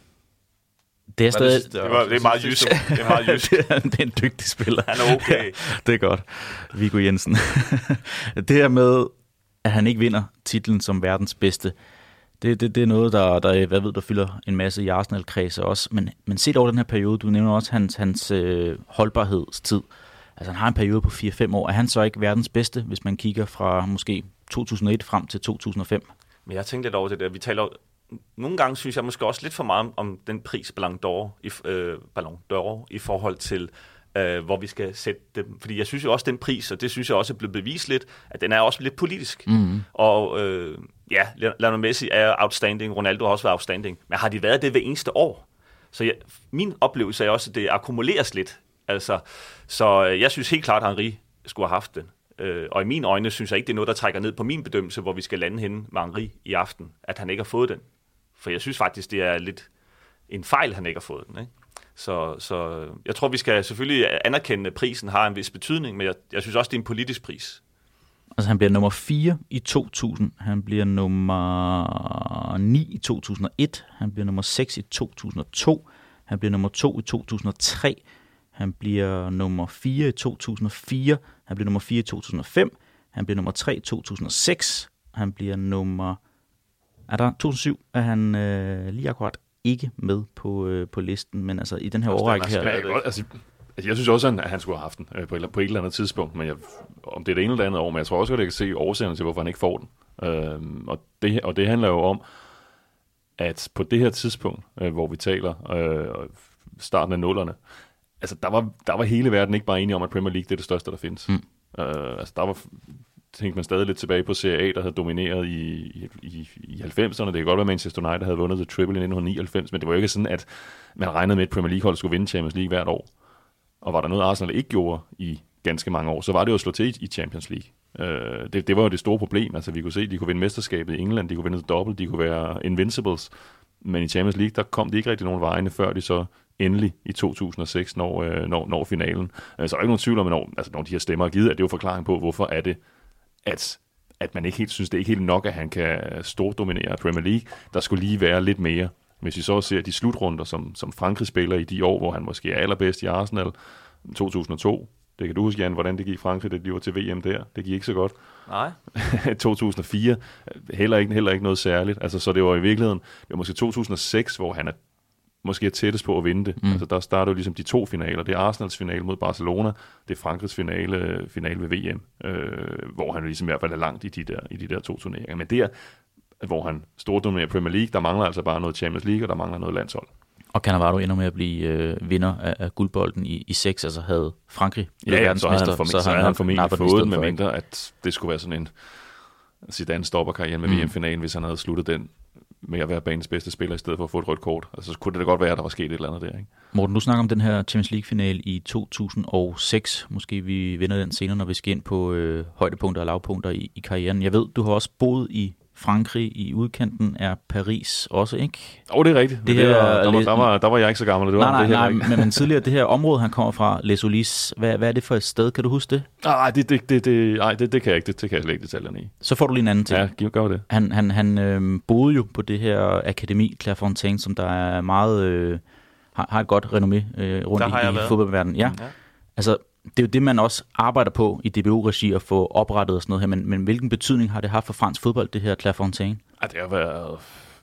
Det er stadig... Det, det, var, det er meget jysk. Det er meget jysk. Det er en dygtig spiller. Han er okay. Ja, det er godt. Viggo Jensen. Det her med, at han ikke vinder titlen som verdens bedste, det, det, det er noget, der, der, hvad ved, der fylder en masse i Arsenal-kredse også. Men, men set over den her periode, du nævner også hans, hans øh, holdbarhedstid. Altså han har en periode på fire fem år. Er han så ikke verdens bedste, hvis man kigger fra måske to tusind og et frem til to tusind og fem? Men jeg tænkte lidt over det der. Vi taler nogle gange synes jeg måske også lidt for meget om, om den pris Ballon d'Or i, øh, Ballon d'Or i forhold til, øh, hvor vi skal sætte dem. Fordi jeg synes jo også, den pris, og det synes jeg også er blevet bevist lidt, at den er også lidt politisk. Mm. Og øh, ja, Lionel Messi er outstanding, Ronaldo har også været outstanding, men har de været det hver eneste år? Så jeg, min oplevelse er også, at det akkumuleres lidt. Altså, så jeg synes helt klart, at Henry skulle have haft den. Øh, og i mine øjne synes jeg ikke, det er noget, der trækker ned på min bedømmelse, hvor vi skal lande henne med Henry i aften, at han ikke har fået den. For jeg synes faktisk, det er lidt en fejl, han ikke har fået den. Ikke? Så, så jeg tror, vi skal selvfølgelig anerkende, at prisen har en vis betydning, men jeg, jeg synes også, det er en politisk pris. Altså han bliver nummer fire i to tusind, han bliver nummer ni i to tusind og et, han bliver nummer seks i to tusind og to, han bliver nummer to i to tusind og tre, han bliver nummer fire i to tusind og fire, han bliver nummer fire i to tusind og fem, han bliver nummer tre i to tusind og seks, han bliver nummer... Er der to tusind og syv er han øh, lige akkurat ikke med på, øh, på listen, men altså i den her årrække her... Jeg, godt, altså, jeg synes også, at han skulle have haft den øh, på, et, på et eller andet tidspunkt, men jeg, om det er det ene eller andet år, men jeg tror også, at jeg kan se årsagerne til, hvorfor han ikke får den. Øh, og, det, og det handler jo om, at på det her tidspunkt, øh, hvor vi taler øh, starten af nullerne, altså der var, der var hele verden ikke bare enige om, at Premier League det er det største, der findes. Mm. Øh, altså der var... tænkte man stadig lidt tilbage på Serie A, der havde domineret i, i, i halvfemserne. Det kan godt være, at Manchester United havde vundet The Triple i nitten nioghalvfems, men det var jo ikke sådan, at man regnede med, at Premier League-hold skulle vinde Champions League hvert år. Og var der noget, Arsenal ikke gjorde i ganske mange år, så var det jo at slå til i Champions League. Uh, det, det var jo det store problem. Altså, vi kunne se, at de kunne vinde mesterskabet i England, de kunne vinde The Double, de kunne være Invincibles. Men i Champions League, der kom de ikke rigtig nogen vejene, før de så endelig i to tusind og seks når, når, når finalen. Uh, så er der ikke nogen tvivl om, når, altså, når de her stemmer er givet, at det er jo forklaring på, hvorfor er det, At, at man ikke helt synes, det er ikke helt nok, at han kan stordominere Premier League. Der skulle lige være lidt mere. Hvis vi så ser de slutrunder, som, som Frankrig spiller i de år, hvor han måske er allerbedst i Arsenal, to tusind og to. Det kan du huske, Jan, hvordan det gik i Frankrig, da de var til V M der. Det gik ikke så godt. Nej. to tusind og fire, heller ikke, heller ikke noget særligt. Altså, så det var i virkeligheden, det var måske to tusind og seks, hvor han er måske er tættest på at vinde det. Mm. Altså, der starter jo ligesom de to finaler. Det er Arsenals finale mod Barcelona, det er Frankrigs finale, finale ved V M, øh, hvor han ligesom i hvert fald er langt i de der, i de der to turneringer. Men der, hvor han stordominerer Premier League, der mangler altså bare noget Champions League, og der mangler noget landshold. Og Cannavaro ender med at blive øh, vinder af, af guldbolden i, i seks, altså havde Frankrig ja, ja, så havde han, formentlig, så havde han formentlig fået den, med mindre ikke. At det skulle være sådan en Zidane stopper karrieren med mm. V M-finalen, hvis han havde sluttet den med at være banens bedste spiller, i stedet for at få et rødt kort. Altså, så kunne det da godt være, at der var sket et eller andet der, ikke? Morten, du snakker om den her Champions League-finale i to tusind og seks. Måske vi vender den senere, når vi skal ind på øh, højdepunkter og lavpunkter i, i karrieren. Jeg ved, du har også boet i Frankrig, i udkanten er Paris også, ikke? Åh, oh, det er rigtigt. Det her, der, der, var, der, var, der var jeg ikke så gammel. Det var, nej, nej, det her, nej, men, men tidligere, det her område, han kommer fra, Les Ulis, hvad, hvad er det for et sted? Kan du huske det? Nej, det, det, det, det, nej, det, det kan jeg ikke. Det, det kan jeg slet ikke detaljerne i. Så får du lige en anden ting. Ja, giv, gør det. Han, han, han øh, boede jo på det her akademi, Clairefontaine, som der er meget, øh, har, har et godt renommé øh, rundt i, i fodboldverdenen. Ja. ja. Altså, det er jo det, man også arbejder på i D B U-regi at få oprettet og sådan noget her, men, men hvilken betydning har det haft for fransk fodbold, det her Clairefontaine? Ja, det har været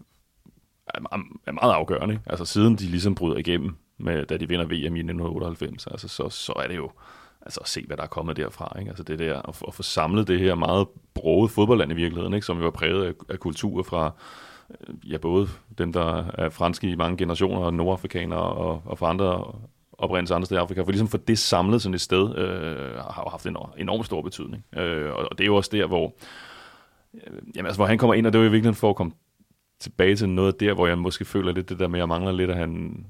er meget afgørende. Ikke? Altså siden de ligesom bryder igennem, med, da de vinder V M i nitten otteoghalvfems, altså, så, så er det jo altså at se, hvad der er kommet derfra. Ikke? Altså det der at, at få samlet det her meget broget fodboldland i virkeligheden, ikke? Som jo er præget af, af kultur fra ja, både dem, der er franske i mange generationer, nordafrikanere og, og fra andre oprindelse andre steder i Afrika, for ligesom for det samlet sådan et sted, øh, har jo haft en enormt stor betydning. Øh, og det er jo også der, hvor, øh, jamen, altså, hvor han kommer ind, og det er jo i virkeligheden for at komme tilbage til noget der, hvor jeg måske føler lidt det der med, at jeg mangler lidt, at han...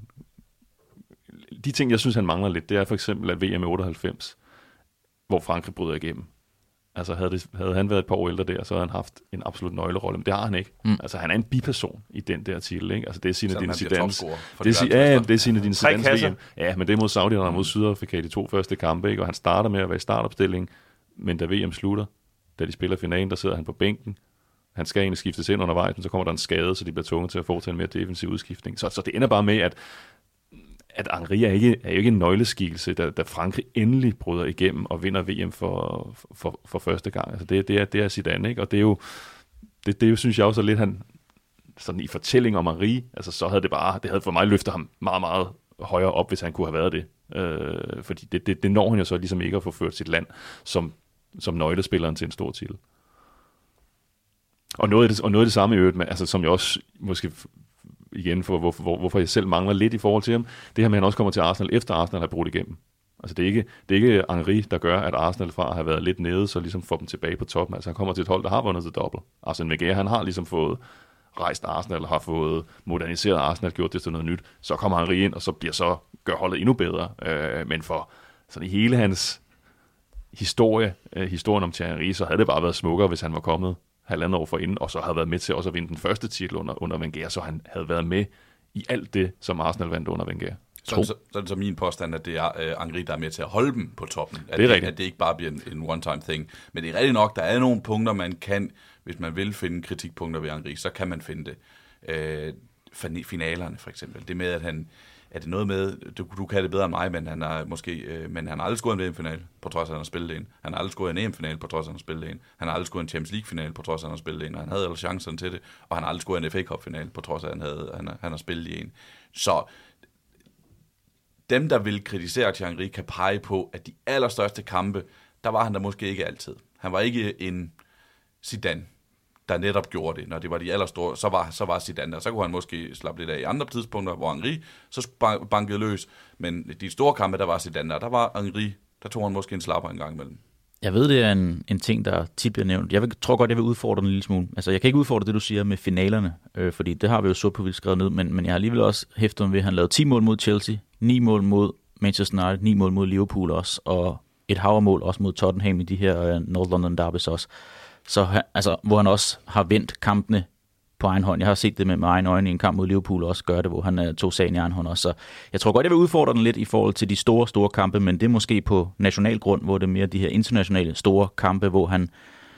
De ting, jeg synes, han mangler lidt, det er for eksempel, at V M i otteoghalvfems, hvor Frankrig bryder igennem. Altså havde, det, havde han været et par år ældre der, så havde han haft en absolut nøglerolle, men det har han ikke. Mm. Altså han er en biperson i den der titel, ikke? Altså det er Zinedine Zidanes. Det er, de ja, det er Zinedine Zidanes V M. Ja, men det er mod Saudi-Arabien mod Sydafrika i de to første kampe, ikke? Og han starter med at være i startopstilling, men da V M slutter, da de spiller finalen, der sidder han på bænken. Han skal egentlig skiftes ind undervejs, men så kommer der en skade, så de bliver tvunget til at foretage en mere defensiv udskiftning. Så, så det ender bare med, at at Henry er ikke, er jo ikke en nøgleskikkelse, da, da Frankrig endelig bryder igennem og vinder V M for, for, for første gang. Altså det, det, er, det er Zidane, ikke? Og det er jo, det, det er jo, synes jeg også er lidt, han, sådan i fortælling om Henry, altså så havde det bare, det havde for mig løftet ham meget, meget højere op, hvis han kunne have været det. Øh, fordi det, det, det når han jo så ligesom ikke at få ført sit land som, som nøglespilleren til en stor titel. Og noget af det, og noget af det samme i øvrigt, med, altså, som jeg også måske igen for, hvor, hvor, hvorfor jeg selv mangler lidt i forhold til ham, det her med, at han også kommer til Arsenal, efter Arsenal har brudt igennem. Altså det er ikke, det er ikke Henry, der gør, at Arsenal fra at have været lidt nede, så ligesom får dem tilbage på toppen. Altså han kommer til et hold, der har vundet det dobbelt. Arsene Wenger, han har ligesom fået rejst Arsenal, har fået moderniseret Arsenal, gjort det til noget nyt. Så kommer Henry ind, og så bliver så gør holdet endnu bedre. Øh, men for sådan i hele hans historie, øh, historien om Thierry Henry, så havde det bare været smukkere, hvis han var kommet halvandet år forinden, og så havde været med til også at vinde den første titel under, under Wenger, så han havde været med i alt det, som Arsenal vandt under Wenger. Så, så, så er det så min påstand, at det er uh, Henry, der er med til at holde dem på toppen. At det er det, rigtigt. At det ikke bare bliver en, en one-time thing. Men det er rigtigt nok, der er nogle punkter, man kan, hvis man vil finde kritikpunkter ved Henry, så kan man finde det. Uh, finalerne for eksempel. Det med, at han, er det noget med, du, du kan det bedre end mig, men han har måske, uh, men han har aldrig scoret en V M-final, på trods af, at han har spillet en. Han har aldrig scoret en E M-final, på trods af, at han har spillet en. Han har aldrig scoret en Champions League-final, på trods af, at han har spillet en. Og han havde alle chancerne til det. Og han har aldrig scoret en F A Cup-final, på trods af, at han, havde, han, han har spillet i en. Så dem, der vil kritisere Thierry Henry, kan pege på, at de allerstørste kampe, der var han der måske ikke altid. Han var ikke en Zidane, der netop gjorde det. Når det var de allerstore, så var, så var Zidane der. Så kunne han måske slappe lidt af i andre tidspunkter, hvor Henry så bankede løs. Men de store kampe, der var Zidane der, der var Henry, der tog han måske en slapper en gang imellem. Jeg ved, det er en, en ting, der tit bliver nævnt. Jeg vil, tror godt, jeg vil udfordre den en lille smule. Altså, jeg kan ikke udfordre det, du siger med finalerne, øh, fordi det har vi jo sort på vildt skrevet ned, men, men jeg har alligevel også hæftet ved, at han lavede ti mål mod Chelsea, ni mål mod Manchester United, ni mål mod Liverpool også, og et hav af mål også mod Tottenham i de her øh, North London derbys også. Så altså, hvor han også har vendt kampene på egen hånd. Jeg har set det med min egen øjne i en kamp mod Liverpool også gøre det, hvor han uh, tog sagen i egen hånd også. Så jeg tror godt, jeg vil udfordre den lidt i forhold til de store, store kampe, men det er måske på national grund, hvor det er mere de her internationale store kampe, hvor han,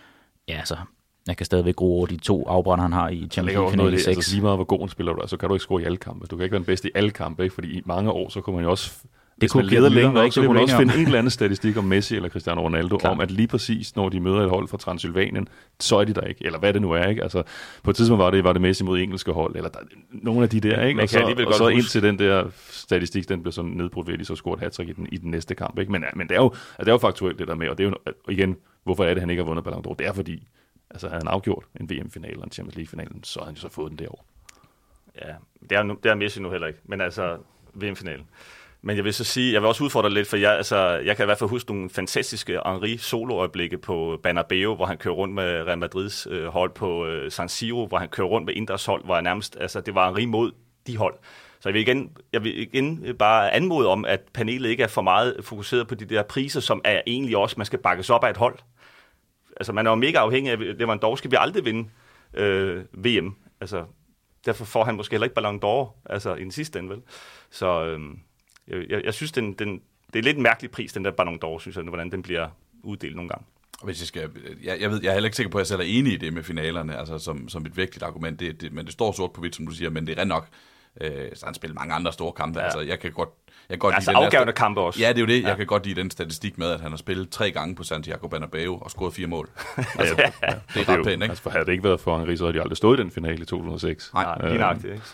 ja altså, jeg kan stadigvæk gro over de to afbrænder, han har i Champions League-finale i seks. Altså lige meget, hvor god en spiller du er, så kan du ikke score i alle kampe. Du kan ikke være den bedste i alle kampe, ikke? Fordi i mange år, så kunne man jo også... Det kunne lede længere, ikke? Så kunne man også finde en eller anden statistik om Messi eller Cristiano Ronaldo, klar, om at lige præcis, når de møder et hold fra Transylvanien, så er de der ikke, eller hvad det nu er, ikke? Altså, på et tidspunkt var det, var det Messi mod engelske hold, eller der, nogle af de der, ikke? Og så, og så indtil den der statistik, den blev sådan nedbrudt ved, at de så scoret hat-trick i den, i den næste kamp, ikke? Men, men det, er jo, altså, det er jo faktuelt det der med, og det er jo, og igen, hvorfor er det, han ikke har vundet Ballon d'Or? Det er fordi, altså havde han afgjort en V M-final eller en Champions League-finalen, så har han jo så fået den derovre. Ja, det er, nu, det er Messi nu heller ikke, men altså V M-finalen. Men jeg vil så sige, jeg vil også udfordre lidt, for jeg, altså, jeg kan i hvert fald huske nogle fantastiske Henry solo-øjeblikke på Bernabeu, hvor han kører rundt med Real Madrids øh, hold på øh, San Siro, hvor han kører rundt med Inters hold, hvor jeg nærmest, altså det var Henry mod de hold. Så jeg vil igen, jeg vil igen bare anmode om, at panelet ikke er for meget fokuseret på de der priser, som er egentlig også, man skal bakkes op af et hold. Altså man er jo mega afhængig af, Lewandowski vil aldrig vinde øh, V M. Altså derfor får han måske heller ikke Ballon d'Or, altså i den sidste ende, vel? Så... Øh, Jeg, jeg synes, den, den, det er lidt en mærkelig pris, den der Ballon d'Or, synes jeg, hvordan den bliver uddelt nogle gange. Hvis jeg, skal, jeg, jeg, ved, jeg er heller ikke sikker på, at jeg selv er enig i det med finalerne, altså som, som et vigtigt argument, det, det, men det står sort på hvidt, som du siger, men det er rent nok, øh, så han spiller mange andre store kampe, ja. Altså jeg kan godt... Jeg kan godt altså lide afgørende den kampe også. Ja, det er jo det, jeg ja. kan godt lide den statistik med, at han har spillet tre gange på Santiago Bernabeu og scoret fire mål. Altså, ja, ja. Det er ret pænt, ikke? Altså, havde det ikke været for Henry, så havde de aldrig stået i den finale i to tusind og seks. Nej, øh, lige nøjagtigt, ikke? Så.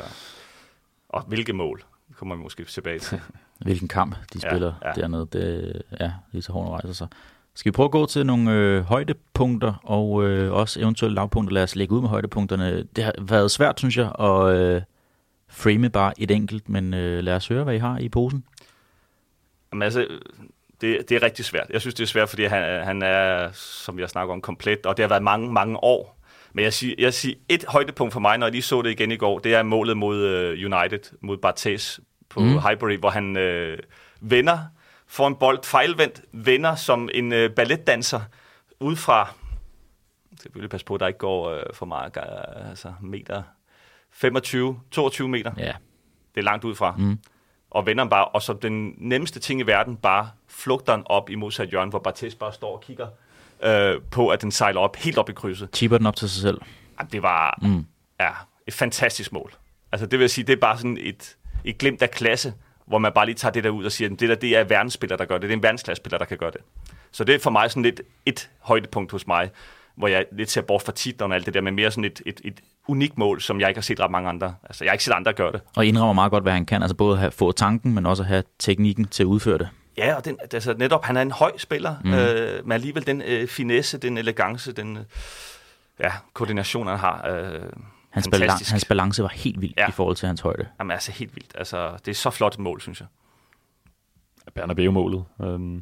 Og hvilke mål? Det kommer vi måske tilbage til. Hvilken kamp de spiller ja, ja. dernede. Det, ja, lige så hårdt rejser sig. Skal vi prøve at gå til nogle øh, højdepunkter, og øh, også eventuelle lavpunkter. Lad os lægge ud med højdepunkterne. Det har været svært, synes jeg, at øh, frame bare et enkelt, men øh, lad os høre, hvad I har i posen. Jamen altså, det, det er rigtig svært. Jeg synes, det er svært, fordi han, han er, som vi har snakket om, komplet, og det har været mange, mange år. Men jeg siger, jeg siger et højdepunkt for mig, når jeg lige så det igen i går, det er målet mod uh, United, mod Barthez på mm. Highbury, hvor han øh, vender, får en bold fejlvendt, vender som en øh, balletdanser ud fra, jeg skal virkelig passe på, at der ikke går øh, for meget, øh, altså meter, femogtyve, toogtyve meter. Ja. Det er langt ud fra. Mm. Og vender bare, og så den nemmeste ting i verden, bare flugter den op i modsat hjørne, hvor Barthez bare står og kigger øh, på, at den sejler op, helt op i krydset. Chipper den op til sig selv. Jamen, det var mm. ja, et fantastisk mål. Altså det vil sige, det er bare sådan et, et glimt af klasse, hvor man bare lige tager det der ud og siger, det der det er verdensspiller, der gør det. Det er en verdensklassespiller, der kan gøre det. Så det er for mig sådan lidt et højdepunkt hos mig, hvor jeg lidt ser bort fra titlen og alt det der, men mere sådan et, et, et unikt mål, som jeg ikke har set ret mange andre. Altså jeg har ikke set andre gøre det. Og indrammer meget godt, hvad han kan. Altså både have, få tanken, men også have teknikken til at udføre det. Ja, og den, altså netop, han er en høj spiller, mm. øh, men alligevel den øh, finesse, den elegance, den... Øh, ja, koordinationen han har. Øh, hans, balan- hans balance var helt vild ja. i forhold til hans højde. Jamen altså helt vildt. Altså, det er så flot et mål, synes jeg. Bernabeu-målet. Øhm,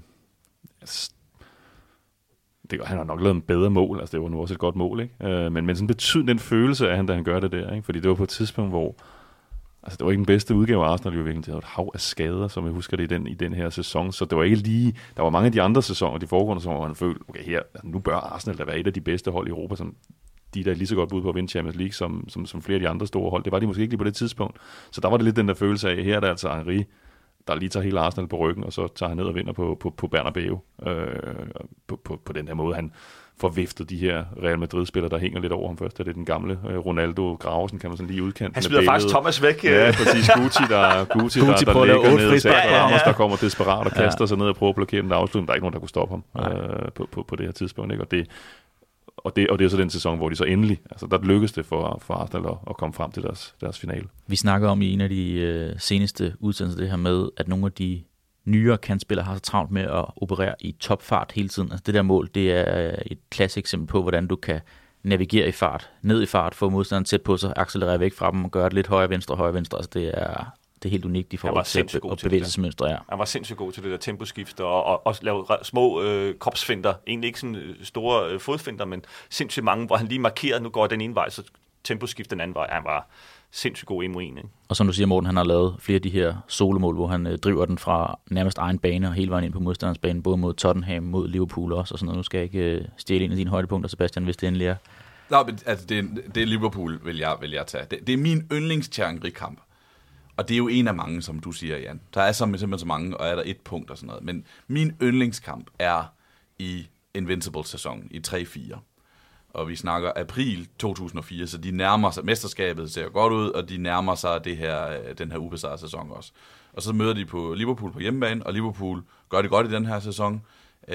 det, han har nok lavet en bedre mål. Altså, det var nu også et godt mål, ikke? Øh, men, men sådan betyder den følelse af han, da han gør det der, ikke? Fordi det var på et tidspunkt, hvor altså, det var ikke den bedste udgave af Arsenal, jo virkelig. Det var et hav af skader, som jeg husker det i den, i den her sæson. Så det var ikke lige... Der var mange af de andre sæsoner, de foregående sæsoner, hvor han følte, okay, her, altså, nu bør Arsenal da være et af de bedste hold i Europa, som de der er lige så godt bud på at vinde Champions League, som, som, som flere af de andre store hold. Det var de måske ikke lige på det tidspunkt. Så der var det lidt den der følelse af, her er der altså Henry, der lige tager hele Arsenal på ryggen, og så tager han ned og vinder på, på, på Bernabeu. Øh, på, på, på den her måde, han får viftet de her Real Madrid-spillere, der hænger lidt over ham først. Det er den gamle øh, Ronaldo Graversen, kan man sådan lige udkante. Han smider faktisk Thomas væk. Ja, præcis. Gucci, der, Gucci, Gucci der, der ligger ned, ja, ja, ja. der kommer desperat og kaster ja. sig ned og prøver at blokere den der afslutning. Der er ikke nogen, der kunne stoppe ham øh, på, på, på det her tidspunkt. Ikke? Og det Og det, og det er så den sæson, hvor de så endelig, altså der lykkedes det for, for Arsenal at, at komme frem til deres, deres finale. Vi snakker om i en af de øh, seneste udsendelser det her med, at nogle af de nyere kantspillere har så travlt med at operere i topfart hele tiden. Altså det der mål, det er et klassisk eksempel på, hvordan du kan navigere i fart, ned i fart, få modstanderen tæt på sig, accelerere væk fra dem og gøre det lidt højre, venstre, højre, venstre. Altså det er... Det er helt unikt i forhold til at bevægelsesmønstre, ja. Han var sindssygt god til det der temposkift og, og også lave små øh, kropsfinter. Egentlig ikke sådan store øh, fodfinter, men sindssygt mange, hvor han lige markerede, nu går den ene vej, så temposkift den anden vej. Han var sindssygt god en mod en, ikke? Og som du siger, Morten, han har lavet flere af de her solomål, hvor han øh, driver den fra nærmest egen bane og hele vejen ind på modstanderens bane, både mod Tottenham, mod Liverpool også, og sådan noget. Nu skal jeg ikke øh, stjæle en af dine højdepunkter, Sebastian, hvis det endelig er. Nå, men altså, det er, det er Liverpool, vil jeg, vil jeg tage. Det, det er min yndlings-Thierry-kamp. Og det er jo en af mange, som du siger, Jan. Der er simpelthen så mange, og er der et punkt og sådan noget. Men min yndlingskamp er i Invincible-sæsonen, i tre fire. Og vi snakker april to tusind og fire, så de nærmer sig, mesterskabet ser godt ud, og de nærmer sig det her, den her ubesejrede sæson også. Og så møder de på Liverpool på hjemmebane, og Liverpool gør det godt i den her sæson.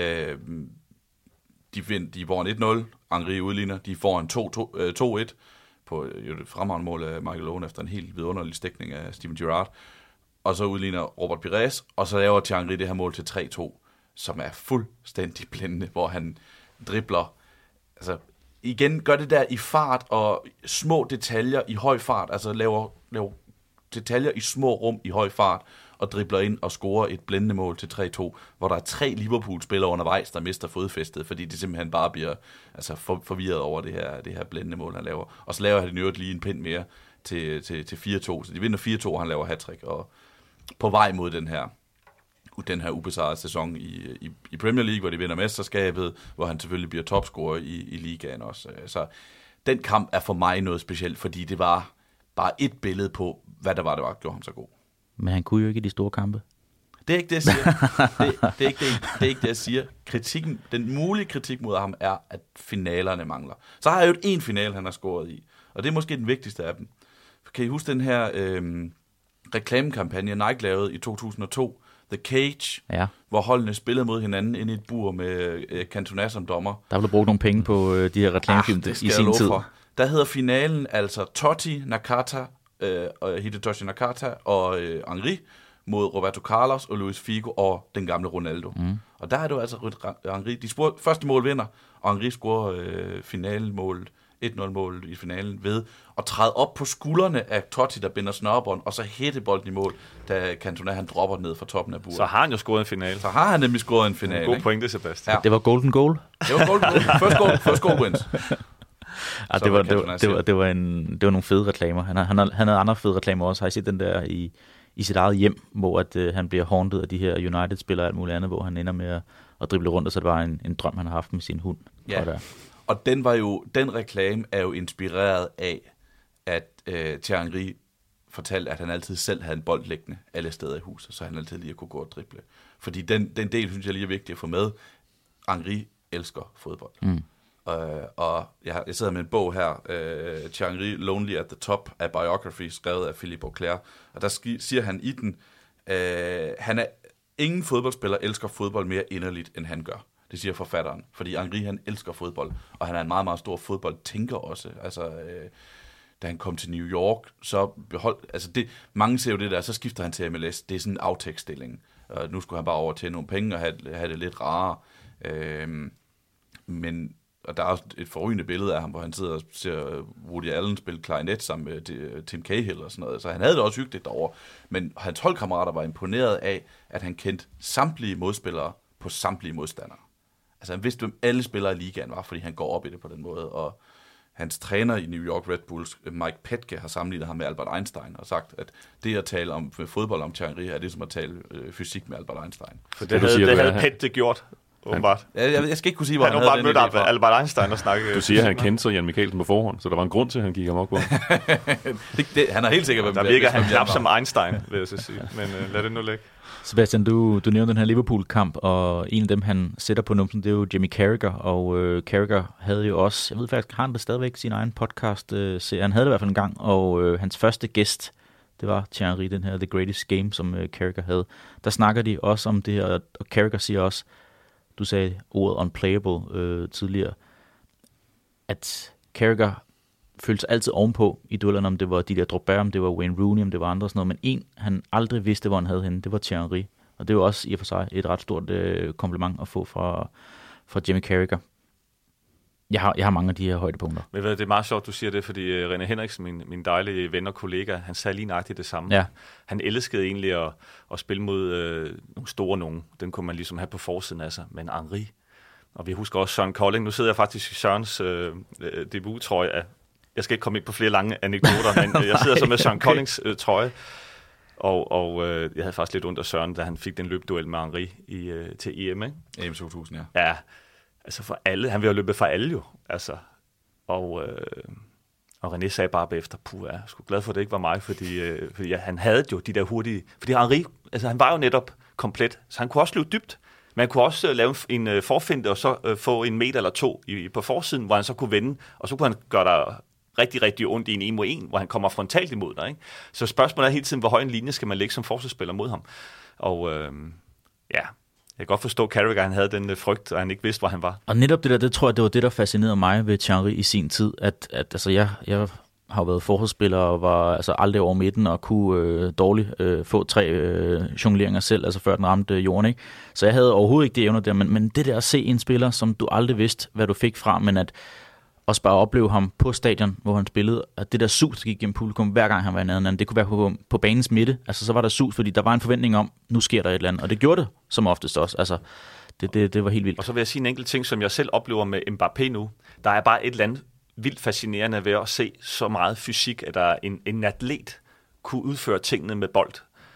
De, find, de får en et nul, Henry udligner, de får en to et, på jo det fremragende mål af Michael Owen efter en helt vidunderlig stikning af Steven Gerrard. Og så udligner Robert Pires, og så laver Thierry det her mål til tre to, som er fuldstændig blændende, hvor han dribler. Altså, igen gør det der i fart og små detaljer i høj fart, altså laver, laver detaljer i små rum i høj fart, og dribler ind og scorer et blændende mål til tre to, hvor der er tre Liverpool-spillere undervejs, der mister fodfæstet, fordi de simpelthen bare bliver altså, for, forvirret over det her, det her blændende mål, han laver. Og så laver han jo lige en pind mere til, til, til fire to, så de vinder fire to, og han laver hattrick, og på vej mod den her, den her ubesejrede sæson i, i, i Premier League, hvor de vinder mesterskabet, hvor han selvfølgelig bliver topscorer i, i ligaen også. Så den kamp er for mig noget specielt, fordi det var bare et billede på, hvad der var, der var, gjorde ham så god. Men han kunne jo ikke i de store kampe. Det er ikke det, jeg siger. det, det, er ikke det, det er ikke det, jeg siger. Kritikken, den mulige kritik mod ham er, at finalerne mangler. Så har jeg jo en finale, han har scoret i, og det er måske den vigtigste af dem. Kan I huske den her øh, reklamekampagne, Nike lavede i to tusind og to, The Cage, ja. Hvor holdene spillede mod hinanden inde i et bur med øh, Cantona som dommer. Der blev brugt nogle penge på øh, de her reklamefilm ah, i sin tid. For. Der hedder finalen altså Totti, Nakata, øh, Hidetoshi Nakata og øh, Henry mod Roberto Carlos og Luis Figo og den gamle Ronaldo. Mm. Og der er det altså Henry. De spurgte, første mål vinder, og Henry scorer øh, finalemålet, et nul-mål i finalen ved at træde op på skuldrene af Totti, der binder snørebånd, og så hætte bolden i mål, da Cantona han dropper ned fra toppen af buret. Så har han jo scoret en finale. Så har han nemlig scoret en finale. En god pointe, Sebastian. Ja. Det var golden goal. Det var golden goal. First goal, first goal wins. Ja, det, var, det, var, det, var, det, var en, det var nogle fede reklamer. Han, han, han havde andre fede reklamer også. Har I set den der i, i sit eget hjem, hvor at, uh, han bliver haunted af de her United-spillere og alt muligt andet, hvor han ender med at, at drible rundt, og så det var en, en drøm, han har haft med sin hund. Ja. Og, og den var jo, den reklame er jo inspireret af, at uh, Thierry Henry fortalte, at han altid selv havde en bold liggende alle steder i huset, så han altid lige kunne gå og drible. Fordi den, den del, synes jeg lige er vigtigt at få med. Henry elsker fodbold. Mm. Uh, og jeg, jeg sidder med en bog her, uh, Thierry Lonely at the Top, af Biography, skrevet af Philippe Auclair, og der sk- siger han i den, uh, han er, ingen fodboldspiller elsker fodbold mere inderligt, end han gør. Det siger forfatteren, fordi Henry, han elsker fodbold, og han er en meget, meget stor fodboldtænker også. Altså, uh, da han kom til New York, så beholdt, altså det, mange ser jo det der, så skifter han til M L S, det er sådan en aftægtsstilling. Uh, nu skulle han bare over til nogle penge og have, have det lidt rarere. Uh, men og der er også et forrygende billede af ham, hvor han sidder og ser Woody Allen spille klarinet sammen med Tim Cahill og sådan noget. Så han havde det også hyggeligt derovre. Men hans holdkammerater var imponeret af, at han kendte samtlige modspillere på samtlige modstandere. Altså han vidste, hvem alle spillere i ligaen var, fordi han går op i det på den måde. Og hans træner i New York Red Bulls, Mike Petke, har sammenlignet ham med Albert Einstein og sagt, at det at tale om med fodbold om Thierry Henry er det som at tale øh, fysik med Albert Einstein. For det, det havde, siger, det havde Petke gjort. Åbenbart. Jeg, jeg, jeg skal ikke kunne sige, hvor han, han, han havde den idé. Albert Einstein og snakke. Du siger, at han kendte så Jan Mikkelsen på forhånd, så der var en grund til, at han gik ham op på. det, det, han er helt sikker, hvem der virker han knap som Einstein, vil jeg så sige. Men uh, lad det nu ligge. Sebastian, du, du nævnte den her Liverpool-kamp, og en af dem, han sætter på numsen, det er jo Jimmy Carragher, og øh, Carragher havde jo også, jeg ved faktisk, har han det stadigvæk sin egen podcast, øh, han havde det i hvert fald en gang, og øh, hans første gæst, det var Thierry Henry, den her The Greatest Game, som øh, Carragher havde. Der snakker de også om det her, og Carragher siger også, du sagde ordet unplayable øh, tidligere, at Carragher følte sig altid ovenpå i duellerne, om det var Didier Drogba, om det var Wayne Rooney, om det var andre og sådan noget, men en, han aldrig vidste, hvor han havde henne, det var Thierry Henry. Og det var også i og for sig et ret stort øh, kompliment at få fra, fra Jimmy Carragher. Jeg har, jeg har mange af de her højdepunkter. Men det er meget sjovt, du siger det, fordi René Henriksen, min, min dejlige ven og kollega, han sagde lige nøjagtigt det samme. Ja. Han elskede egentlig at, at spille mod øh, nogle store nogen. Den kunne man ligesom have på forsiden af sig, men Henry. Og vi husker også Søren Kolding. Nu sidder jeg faktisk i Sørens øh, debut-trøje af. Jeg skal ikke komme ind på flere lange anekdoter, men jeg sidder så med Søren Koldings øh, trøje. Og, og øh, jeg havde faktisk lidt ondt af Søren, da han fik den løbduel med Henry i, øh, til E M, ikke? E M to tusind, ja. Ja, altså for alle. Han ville have løbet for alle jo, altså. Og, øh, og René sagde bare bagefter, puh, jeg er sgu glad for, at det ikke var mig, fordi, øh, fordi ja, han havde jo de der hurtige. Fordi Henry, altså han var jo netop komplet, så han kunne også løbe dybt. Men han kunne også uh, lave en uh, forfinte og så uh, få en meter eller to i, på forsiden, hvor han så kunne vende, og så kunne han gøre der rigtig, rigtig ondt i en en mod en, hvor han kommer frontalt imod dig. Ikke? Så spørgsmålet er hele tiden, hvor høj en linje skal man lægge som forsvarsspiller mod ham. Og øh, ja, jeg kan godt forstå, at Carragher han havde den uh, frygt, og han ikke vidste, hvor han var. Og netop det der, det tror jeg, det var det, der fascinerede mig ved Thierry i sin tid, at, at altså, jeg, jeg har været forsvarsspiller og var altså, aldrig over midten og kunne øh, dårligt øh, få tre øh, jongleringer selv, altså før den ramte øh, jorden. Ikke? Så jeg havde overhovedet ikke det evner der, men, men det der at se en spiller, som du aldrig vidste, hvad du fik fra, men at også bare opleve ham på stadion, hvor han spillede, at det der sus, der gik gennem publikum, hver gang han var i nærheden, det kunne være på, på banens midte, altså så var der sus, fordi der var en forventning om, nu sker der et eller andet, og det gjorde det som oftest også, altså det, det, det var helt vildt. Og så vil jeg sige en enkelt ting, som jeg selv oplever med Mbappé nu, der er bare et eller andet vildt fascinerende ved at se så meget fysik, at der en, en atlet kunne udføre tingene med bold.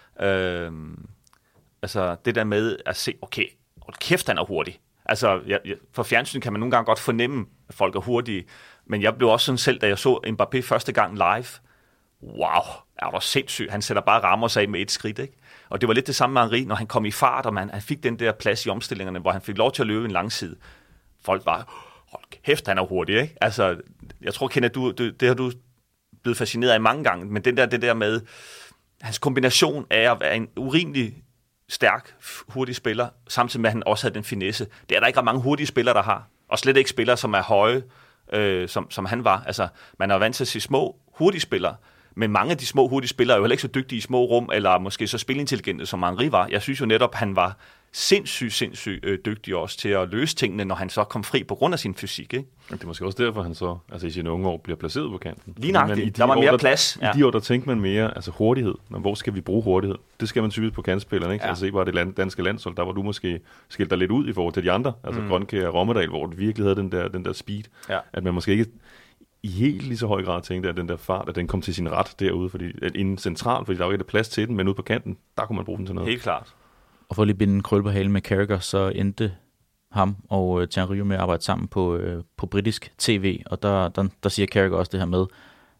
Øhm, altså det der med at se, okay, hold kæft, han er hurtig. Altså jeg, jeg, for fjernsyn kan man nogle gange godt fornemme, at folk er hurtige, men jeg blev også sådan selv, da jeg så Mbappé første gang live, wow, er der sindssygt. Han sætter bare rammer sig af med et skridt, ikke? Og det var lidt det samme med Henry, når han kom i fart, og man, han fik den der plads i omstillingerne, hvor han fik lov til at løbe en lang side. Folk var, hold kæft, han er hurtig, ikke? Altså, jeg tror, Kenneth, du, du, det har du blevet fascineret af mange gange, men den der, det der med, hans kombination af at være en urimelig stærk, hurtig spiller, samtidig med, at han også havde den finesse. Det er der ikke ret mange hurtige spillere, der har. Og slet ikke spillere, som er høje, øh, som, som han var. Altså, man er vant til at se små, hurtige spillere, men mange af de små, hurtige spillere er jo heller ikke så dygtige i små rum, eller måske så spilintelligente, som Henry var. Jeg synes jo netop, han var sindssygt, sindssygt øh, dygtig også til at løse tingene, når han så kom fri på grund af sin fysik, ikke? Det er måske også derfor, han så altså i sine unge år bliver placeret på kanten. Lige nøjagtigt. Der var mere år, plads. I de år, der tænkte man mere, altså hurtighed. Når, hvor skal vi bruge hurtighed? Det skal man typisk på kantspillerne, ikke? Ja. Altså se bare det land, danske landshold, der var du måske skilt dig lidt ud i forhold til de andre. Altså mm. Grønkjær og Rommedal, hvor du virkelig havde den der, den der speed. Ja. At man måske ikke i helt lige så høj grad tænkte, at den der fart, at den kom til sin ret derude, fordi at inden centralt, fordi der var ikke plads til den, men ude på kanten, der kunne man bruge den til noget. Helt klart. Og for at lige binde en krølle på halen med Carragher, så endte ham og uh, Thierry med at arbejde sammen på, uh, på britisk tv, og der, der, der siger Carragher også det her med,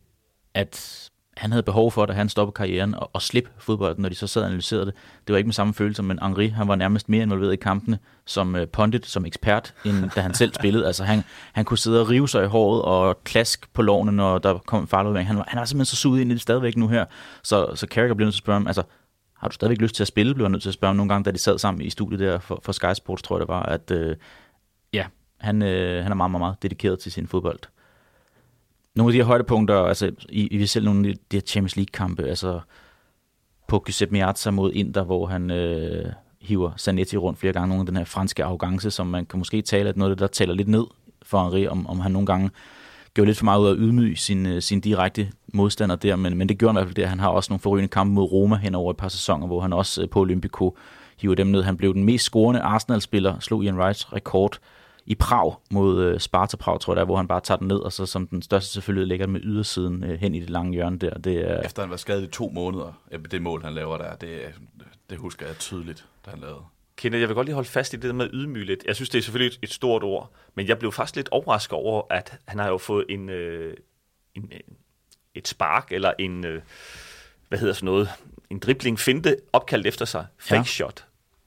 at han havde behov for, at han stoppede karrieren og, og slippe fodbolden, når de så sad og analyserede det. Det var ikke med samme følelse, men Henry, han var nærmest mere involveret i kampene som uh, pundit, som ekspert, end da han selv spillede. Altså han, han kunne sidde og rive sig i håret og klask på lårene, når der kom en farlig. Han var, han var simpelthen så suget ind i det stadigvæk nu her. Så, så Carragher blev nødt til at spørge ham, altså, har du stadigvæk lyst til at spille? Blev jeg nødt til at spørge ham nogle gange, da de sad sammen i studiet der for, for Sky Sports, tror jeg det var, at øh, ja, han, øh, han er meget, meget, meget dedikeret til sin fodbold. Nogle af de her højdepunkter, altså I, I vil selv nogle af de her Champions League-kampe, altså på Giuseppe Meazza mod Inter, hvor han øh, hiver Zanetti rundt flere gange, nogle af den her franske arrogance, som man kan måske tale, at noget af det, der tæller lidt ned for Henry, om, om han nogle gange gjorde lidt for meget ud af at ydmyge sin, sin direkte modstander der, men, men det gjorde han i hvert fald det. Han har også nogle forrygende kampe mod Roma hen over et par sæsoner, hvor han også på Olympico hiver dem ned. Han blev den mest scorende Arsenal-spiller, slog Ian Wrights rekord i Prag mod Sparta Prag, tror jeg der, hvor han bare tager den ned, og så som den største selvfølgelig lægger den med ydersiden hen i det lange hjørne der. Det er... Efter han var skadet i to måneder, det mål han laver der, det, det husker jeg tydeligt, da han lavede. Kenneth, jeg vil godt lige holde fast i det der med ydmyge lidt. Jeg synes, det er selvfølgelig et stort ord, men jeg blev faktisk lidt overrasket over, at han har jo fået en, øh, en et spark, eller en, øh, hvad hedder sådan noget, en dribling finte opkaldt efter sig. Fake ja. shot.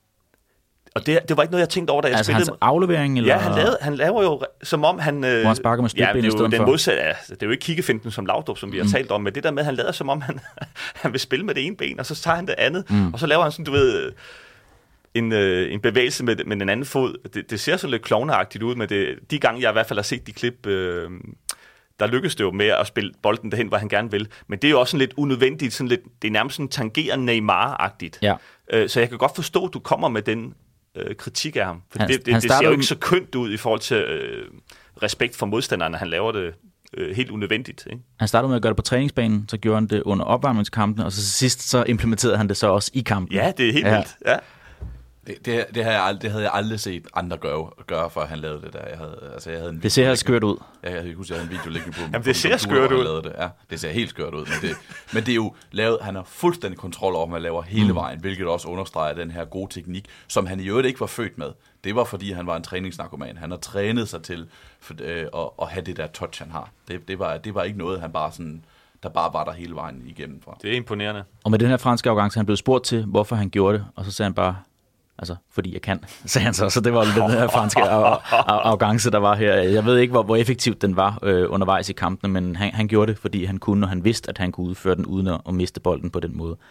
Og det, det var ikke noget, jeg tænkte over, da jeg altså spillede. Altså hans aflevering? Eller? Ja, han, lavede, han laver jo, som om han... Hvor han sparker med støtben ja, i stedet den for. Modsat, ja, det er jo ikke kiggefinten som Laudrup, som vi har mm. talt om, men det der med, at han lader som om, han, han vil spille med det ene ben, og så tager han det andet, mm. og så laver han sådan, du ved... En, øh, en bevægelse med, med den anden fod. Det, det ser så lidt klovneagtigt ud, men det, de gange, jeg i hvert fald har set de klip, øh, der lykkes det jo med at spille bolden derhen, hvor han gerne vil. Men det er jo også sådan lidt unødvendigt, sådan lidt, det er nærmest sådan tangerende Neymar-agtigt. Ja. Øh, så jeg kan godt forstå, at du kommer med den øh, kritik af ham. For han, det, det, det ser jo ikke så kønt ud i forhold til øh, respekt for modstanderne. Han laver det øh, helt unødvendigt. Ikke? Han startede med at gøre det på træningsbanen, så gjorde han det under opvarmningskampene, og så til sidst så implementerede han det så også i kampen. Ja, det er helt ja. vildt. Ja. Det, det, det, havde jeg aldrig, det havde jeg aldrig set andre gøre, gøre før han lavede det der. Jeg havde, altså jeg havde en det ser helt skørt ud. Ja, jeg husker, jeg havde en video liggende på. Jamen, det ser skørt ud. Det. Ja, det ser helt skørt ud. Men det, men det er jo lavet, han har fuldstændig kontrol over, hvad han laver hele mm. vejen, hvilket også understreger den her gode teknik, som han i øvrigt ikke var født med. Det var, fordi han var en træningsnarkoman. Han har trænet sig til for, øh, at, at have det der touch, han har. Det, det, var, det var ikke noget, han bare sådan... der bare var der hele vejen igennem fra. Det er imponerende. Og med den her franske arrogance, han blev spurgt til, hvorfor han gjorde det, og så sagde han bare, altså, fordi jeg kan, sagde han så. Så det var den her franske arrogance, der var her. Jeg ved ikke, hvor, hvor effektivt den var øh, undervejs i kampene, men han, han gjorde det, fordi han kunne, og han vidste, at han kunne udføre den, uden at, at miste bolden på den måde.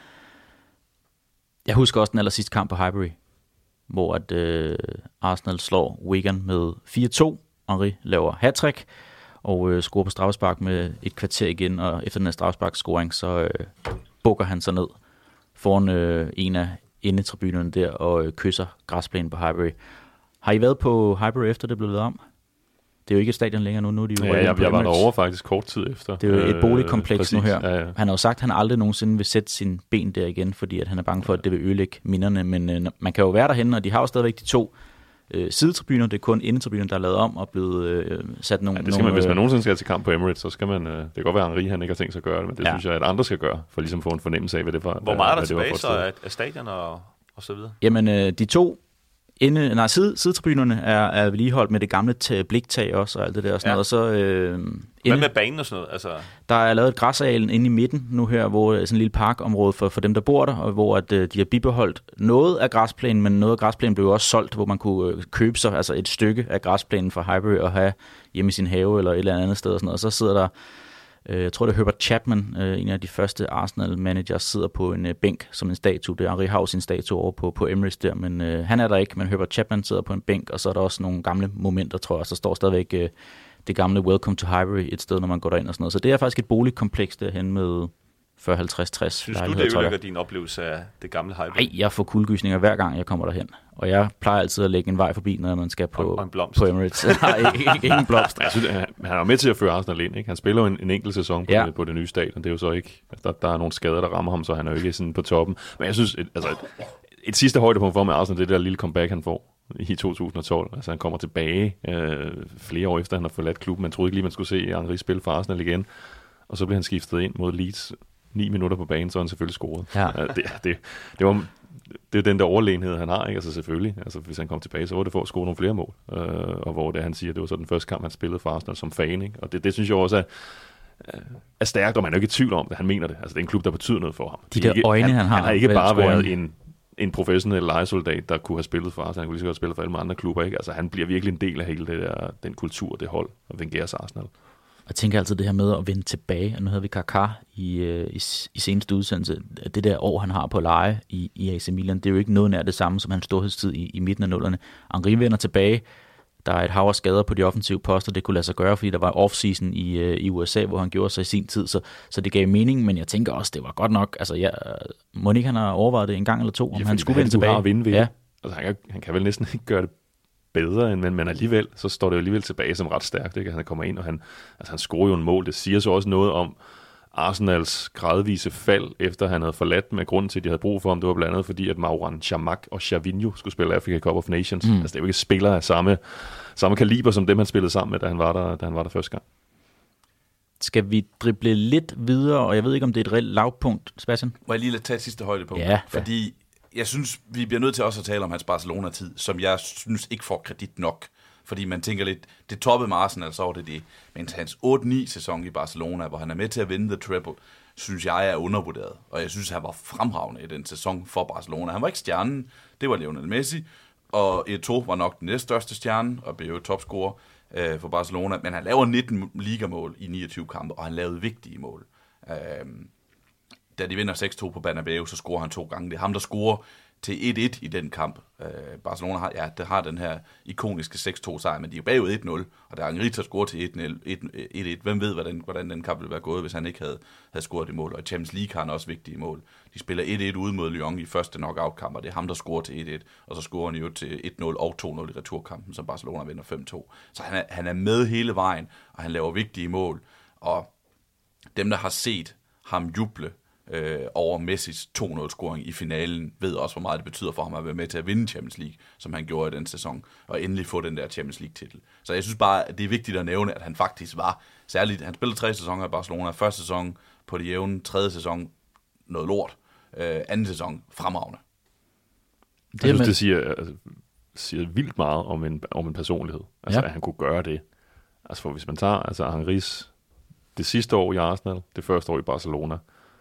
Jeg husker også den aller sidste kamp på Highbury, hvor at, øh, Arsenal slår Wigan med fire to. Henry laver hat-trick, og øh, scorer på straffespark med et kvarter igen, og efter den her straffespark-scoring, så øh, bukker han sig ned foran øh, en af indetribunerne der, og øh, kysser græsplænen på Highbury. Har I været på Highbury efter det blev lavet om? Det er jo ikke et stadion længere nu, nu er de jo... Ja, jeg, jeg var derovre faktisk kort tid efter. Det er jo et boligkompleks øh, nu her. Ja, ja. Han har jo sagt, at han aldrig nogensinde vil sætte sin ben der igen, fordi at han er bange for, at det vil ødelægge minderne, men øh, man kan jo være derhenne, og de har jo stadigvæk de to øh, sidetribuner. Det er kun indetribuner, der er lavet om og blevet øh, sat nogle... Ja, det skal nogle, man, hvis man nogensinde skal til kamp på Emirates, så skal man... Øh, det kan godt være, at Henry han ikke har tænkt sig at gøre det, men det ja. synes jeg, at andre skal gøre, for ligesom at få en fornemmelse af, hvad det var. Hvor meget er der tilbage så af, af stadion og, og så videre? Jamen, øh, de to inde, nej, side, sidetribunerne er, er vedligeholdt med det gamle t- bliktag også, og alt det der og sådan ja. noget. Og så, øh, inde, hvad med banen og sådan noget? Altså... Der er lavet et græsalen inde i midten nu her, hvor sådan en lille parkområde for, for dem, der bor der, og hvor at, øh, de har bibeholdt noget af græsplænen, men noget af græsplænen blev også solgt, hvor man kunne øh, købe sig altså et stykke af græsplænen fra Highbury og have hjemme i sin have eller et eller andet sted. Og, sådan noget. Og så sidder der, øh, jeg tror det er Herbert Chapman, øh, en af de første Arsenal-managers, sidder på en øh, bænk som en statue. Det er Henry har sin statue over på, på Emirates der, men øh, han er der ikke, men Herbert Chapman sidder på en bænk, og så er der også nogle gamle momenter, tror jeg, så står stadigvæk øh, det gamle Welcome to Highbury et sted, når man går derind og sådan noget. Så det er faktisk et boligkompleks derhen med fyrre, halvtreds, tres Synes du, det ødelægger din oplevelse af det gamle Highbury? Nej, jeg får kuldegysninger hver gang, jeg kommer derhen. Og jeg plejer altid at lægge en vej forbi, når man skal på, og en blomst. på Emirates. Nej, ikke, ikke en blomst. Jeg synes, han, han er med til at føre Arsenal ind, ikke? Han spiller jo en, en enkelt sæson på, ja. det, på det nye stadion. Det er jo så ikke... Altså, der, der er nogle skader, der rammer ham, så han er jo ikke sådan på toppen. Men jeg synes, et, altså, et, et sidste højdepunkt for med Arsenal, det er det der lille comeback, han får i to tusind og tolv. Altså, han kommer tilbage øh, flere år efter, han har forladt klubben. Man troede ikke lige, man skulle se Henry spille for Arsenal igen. Og så blev han skiftet ind mod Leeds ni minutter på banen, så han selvfølgelig scoret. Ja. Det, det, det var... Det er den der overlegenhed, han har, ikke? Altså selvfølgelig. Altså, hvis han kom tilbage, så var det for at score nogle flere mål. Øh, og hvor det, han siger, det var så den første kamp, han spillede for Arsenal som fan, ikke? Og det, det synes jeg også er, er stærkt, og man er jo ikke i tvivl om det. Han mener det. Altså, det er en klub, der betyder noget for ham. De der ikke, øjne, han, han har. Han har ikke bare været en, en professionel lejesoldat, der kunne have spillet for Arsenal. Han kunne lige så godt spille for alle andre klubber, ikke? Altså, han bliver virkelig en del af hele det der, den kultur, det hold, og Wengers Arsenal. Jeg tænker altid det her med at vende tilbage, og nu havde vi Kaká i, i, i seneste udsendelse. Det der år, han har på leje i, i A C Milan, det er jo ikke noget nær det samme som hans storhedstid i, i midten af nullerne. Henry vender tilbage. Der er et hav af skader på de offensive poster, det kunne lade sig gøre, fordi der var off-season i, i U S A, hvor han gjorde sig i sin tid, så, så det gav mening, men jeg tænker også, det var godt nok. Altså, ja, må ikke han har overvejet det en gang eller to, om ja, han skulle vende tilbage. Har at vinde ved. Ja. Altså, han, kan, han kan vel næsten ikke gøre det bedre, men, men alligevel, så står det jo alligevel tilbage som ret stærkt, ikke? Han kommer ind, og han, altså han scorer jo en mål. Det siger så også noget om Arsenals gradvise fald, efter han havde forladt med grunden til, at de havde brug for ham. Det var blandt andet fordi, at Marouane Chamakh og Gervinho skulle spille Africa Cup of Nations. Mm. Altså, det er jo ikke spillere af samme, samme kaliber, som dem, han spillede sammen med, da han var der, da han var der første gang. Skal vi drible lidt videre, og jeg ved ikke, om det er et reelt lavpunkt, Sebastian? Må jeg lige tage et sidste højdepunkt? Ja. Fordi jeg synes, vi bliver nødt til også at tale om hans Barcelona-tid, som jeg synes ikke får kredit nok. Fordi man tænker lidt, det toppede med Arsenal, så var det det. Men hans otte ni sæson i Barcelona, hvor han er med til at vinde the treble, synes jeg er undervurderet. Og jeg synes, han var fremragende i den sæson for Barcelona. Han var ikke stjernen, det var Lionel Messi. Og Eto'o var nok den næststørste stjerne, og blev jo topscorer øh, for Barcelona. Men han laver nitten ligamål i niogtyve kampe, og han lavede vigtige mål. Øh, da de vinder seks to på Bernabeu, så scorer han to gange. Det er ham, der scorer til et et i den kamp. Øh, Barcelona har, ja, det har den her ikoniske seks to sejr, men de er jo bagud et nul, og der er Angrita scorer til et et. Hvem ved, hvordan, hvordan den kamp ville være gået, hvis han ikke havde, havde scoret det mål. Og i Champions League har han også vigtige mål. De spiller et et ude mod Lyon i første knockout-kamp, og det er ham, der scorer til et et, og så scorer han jo til et nul og to nul i returkampen, som Barcelona vinder fem to. Så han er, han er med hele vejen, og han laver vigtige mål. Og dem, der har set ham juble Øh, over Messis to nul-scoring i finalen, ved også, hvor meget det betyder for ham at være med til at vinde Champions League, som han gjorde i den sæson, og endelig få den der Champions League-titel. Så jeg synes bare, at det er vigtigt at nævne, at han faktisk var særligt, han spillede tre sæsoner i Barcelona, første sæson på det jævne, tredje sæson noget lort, øh, anden sæson fremragende. Jeg synes, det siger, altså, siger vildt meget om en, om en personlighed, altså ja. At han kunne gøre det. Altså for hvis man tager altså Henrys det sidste år i Arsenal, det første år i Barcelona,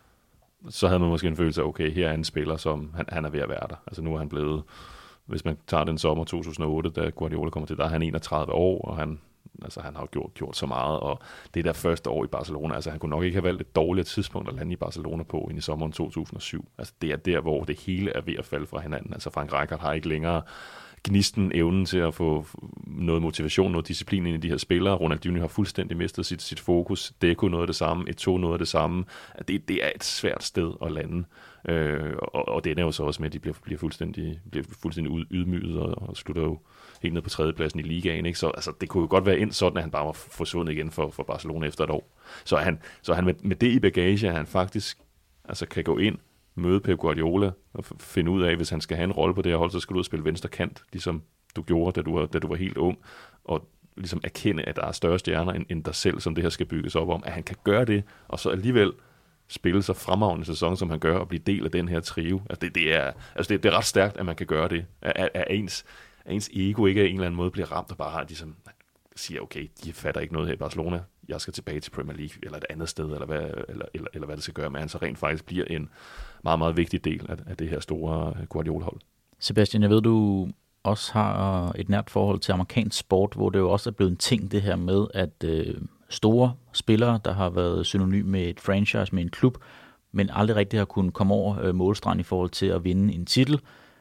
så havde man måske en følelse af, okay, her er en spiller, som han, han er ved at være der. Altså nu er han blevet, hvis man tager den sommer to tusind og otte, da Guardiola kommer til, der er han enogtredive år, og han, altså, han har gjort, gjort så meget, og det der første år i Barcelona, altså han kunne nok ikke have valgt et dårligt tidspunkt at lande i Barcelona på, end i sommeren to tusind og syv. Altså det er der, hvor det hele er ved at falde fra hinanden. Altså Frank Rijkaard har ikke længere gnisten, evnen til at få noget motivation, noget disciplin ind i de her spillere. Ronaldinho har fuldstændig mistet sit, sit fokus. Deco noget af det samme, Eto'o noget af det samme. Det, det er et svært sted at lande. Øh, og, og det er jo så også med, at de bliver, bliver fuldstændig, bliver fuldstændig ydmyget og, og slutter jo helt ned på tredjepladsen i ligaen. Ikke? Så altså, det kunne jo godt være ind sådan, at han bare var forsvundet igen for, for Barcelona efter et år. Så han, så han med, med det i bagage, at han faktisk altså, kan gå ind, møde Pep Guardiola og finde ud af, hvis han skal have en rolle på det her hold, så skal du ud og spille venstre kant, ligesom du gjorde, da du var, da du var helt ung, og ligesom erkende, at der er større stjerner end, end dig selv, som det her skal bygges op om, at han kan gøre det, og så alligevel spille så fremragende sæson, som han gør, og blive del af den her trio. Altså det, det, er, altså det, det er ret stærkt, at man kan gøre det. At, at, ens, at ens ego ikke af en eller anden måde bliver ramt, og bare har ligesom siger, okay, de fatter ikke noget her i Barcelona, jeg skal tilbage til Premier League, eller et andet sted, eller hvad, eller, eller, eller hvad det skal gøre, men han så rent faktisk bliver en meget, meget vigtig del af, af det her store Guardiola-hold. Sebastian, jeg ved, du også har et nært forhold til amerikansk sport, hvor det jo også er blevet en ting, det her med, at øh, store spillere, der har været synonym med et franchise, med en klub, men aldrig rigtig har kunnet komme over øh, målstregen i forhold til at vinde en titel,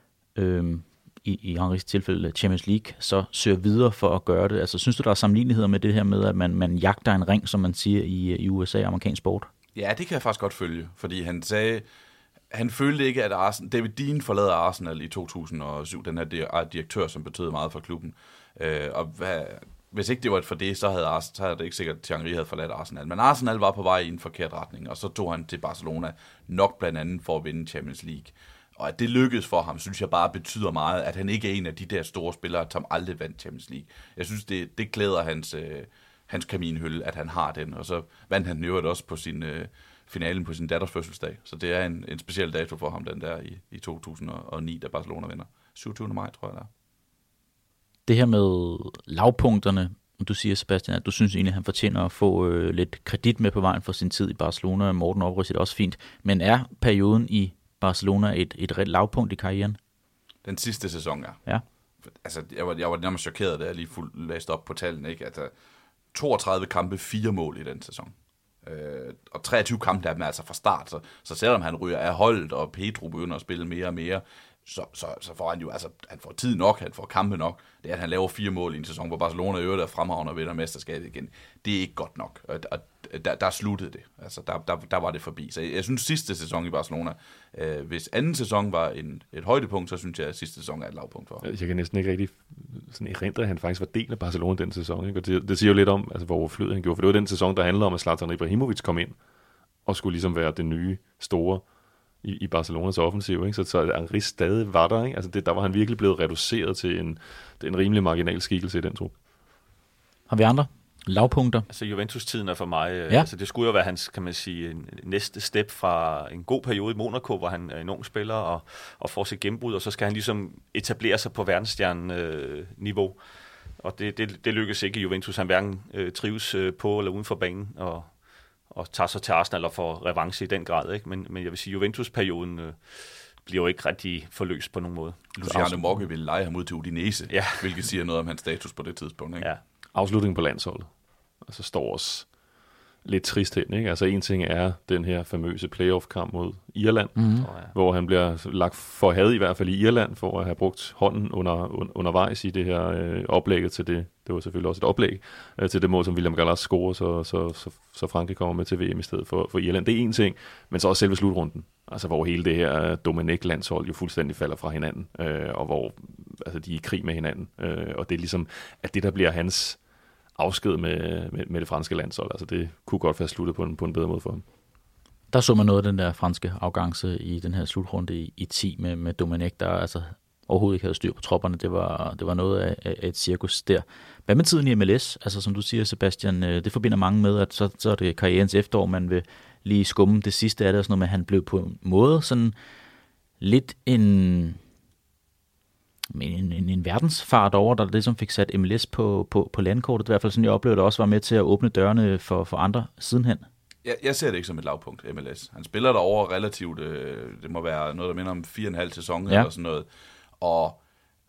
øh, i, i Henrys tilfælde Champions League, så søger videre for at gøre det. Altså, synes du, der er sammenligneligheder med det her med, at man, man jagter en ring, som man siger i, i U S A, amerikansk sport? Ja, det kan jeg faktisk godt følge, fordi han sagde, han følte ikke, at Arsenal, David Dean forlader Arsenal i to tusind og syv, den her direktør, som betød meget for klubben. Øh, og hvad, hvis ikke det var for det, så havde, Arsenal, så havde det ikke sikkert, at Thierry havde forladt Arsenal. Men Arsenal var på vej i en forkert retning, og så tog han til Barcelona nok blandt andet for at vinde Champions League. Og at det lykkedes for ham, synes jeg bare betyder meget, at han ikke er en af de der store spillere, som aldrig vandt Champions League. Jeg synes, det, det klæder hans, øh, hans kaminhylde, at han har den. Og så vandt han den jo også på sin øh, finalen på sin datters fødselsdag. Så det er en, en speciel dato for ham, den der i, i to tusind og ni, da Barcelona vinder. syvogtyvende maj, tror jeg, der. Det her med lavpunkterne, du siger, Sebastian, at du synes egentlig, at han fortjener at få øh, lidt kredit med på vejen for sin tid i Barcelona. Morten oprydser det også fint. Men er perioden i Barcelona et, et ret lavpunkt i karrieren? Den sidste sæson, ja. ja. Altså, jeg var, jeg var nærmest chokeret, da jeg lige fuldt læste op på tallene, ikke? Altså, toogtredive kampe, fire mål i den sæson. Øh, og treogtyve kampe der er altså fra start, så, så selvom han ryger af holdet, og Pedro begynder at spille mere og mere, så, så, så får han jo, altså, han får tid nok, han får kampe nok. Det er, at han laver fire mål i en sæson, hvor Barcelona i øvrigt er fremragende og vinder mesterskabet igen. Det er ikke godt nok, og, og der, der sluttede det. Altså, der, der, der var det forbi. Så jeg, jeg synes, sidste sæson i Barcelona, øh, hvis anden sæson var en, et højdepunkt, så synes jeg, at sidste sæson er et lavpunkt for ham. Jeg kan næsten ikke rigtig sådan erindre, at han faktisk var del af Barcelona den sæson. Ikke? Og det, det siger jo lidt om, altså, hvor overflødig han gjorde. For det var den sæson, der handlede om, at Zlatan Ibrahimovic kom ind og skulle ligesom være den nye store i, i Barcelonas offensiv, ikke? Så, så Henry stadig var der, ikke? Altså det, der var han virkelig blevet reduceret til en, en rimelig marginal skikkelse i den trup. Har vi andre lavpunkter? Altså Juventus-tiden er for mig, ja. altså det skulle jo være hans, kan man sige, næste step fra en god periode i Monaco, hvor han er en ung spiller og, og får sit gennembrud, og så skal han ligesom etablere sig på verdensstjerne-niveau. Øh, og det, det, det lykkes ikke i Juventus. Han hverken øh, trives øh, på eller uden for banen, og og tager sig til Arsenal og får revanche i den grad, ikke? Men, men jeg vil sige, Juventus-perioden øh, bliver jo ikke rigtig forløst på nogen måde. Luciano Mocchi ville lege ham ud til Udinese, ja. hvilket siger noget om hans status på det tidspunkt, ikke? Ja. Afslutningen på landsholdet. Altså står os lidt trist hen, ikke? Altså en ting er den her famøse playoff-kamp mod Irland, mm-hmm. hvor han bliver lagt for had i hvert fald i Irland, for at have brugt hånden under, un, undervejs i det her øh, oplægget til det. Det var selvfølgelig også et oplæg øh, til det mål, som William Gallas scorer, så, så, så, så Frankrig kommer med til V M i stedet for, for Irland. Det er en ting, men så også selve slutrunden. Altså hvor hele det her Dominic-landshold jo fuldstændig falder fra hinanden, øh, og hvor altså, de er i krig med hinanden. Øh, og det er ligesom, at det der bliver hans afsked med, med, med det franske landshold. Altså det kunne godt være sluttet på en, på en bedre måde for ham. Der så man noget af den der franske afgangse i den her slutrunde i, i ti med, med Dominic, der altså overhovedet ikke havde styr på tropperne. Det var, det var noget af, af et cirkus der. Hvad med tiden i M L S? Altså som du siger, Sebastian, det forbinder mange med, at så, så er det karrierens efterår, man vil lige skumme det sidste af det, og sådan noget, men han blev på en måde sådan lidt en... En, en, en verdensfart over, der ligesom fik sat M L S på, på, på landkortet. I hvert fald sådan, jeg oplevede, det også var med til at åbne dørene for, for andre sidenhen. Jeg, jeg ser det ikke som et lavpunkt, M L S. Han spiller derovre relativt, øh, det må være noget, der minder om fire og en halv sæson ja. eller sådan noget, og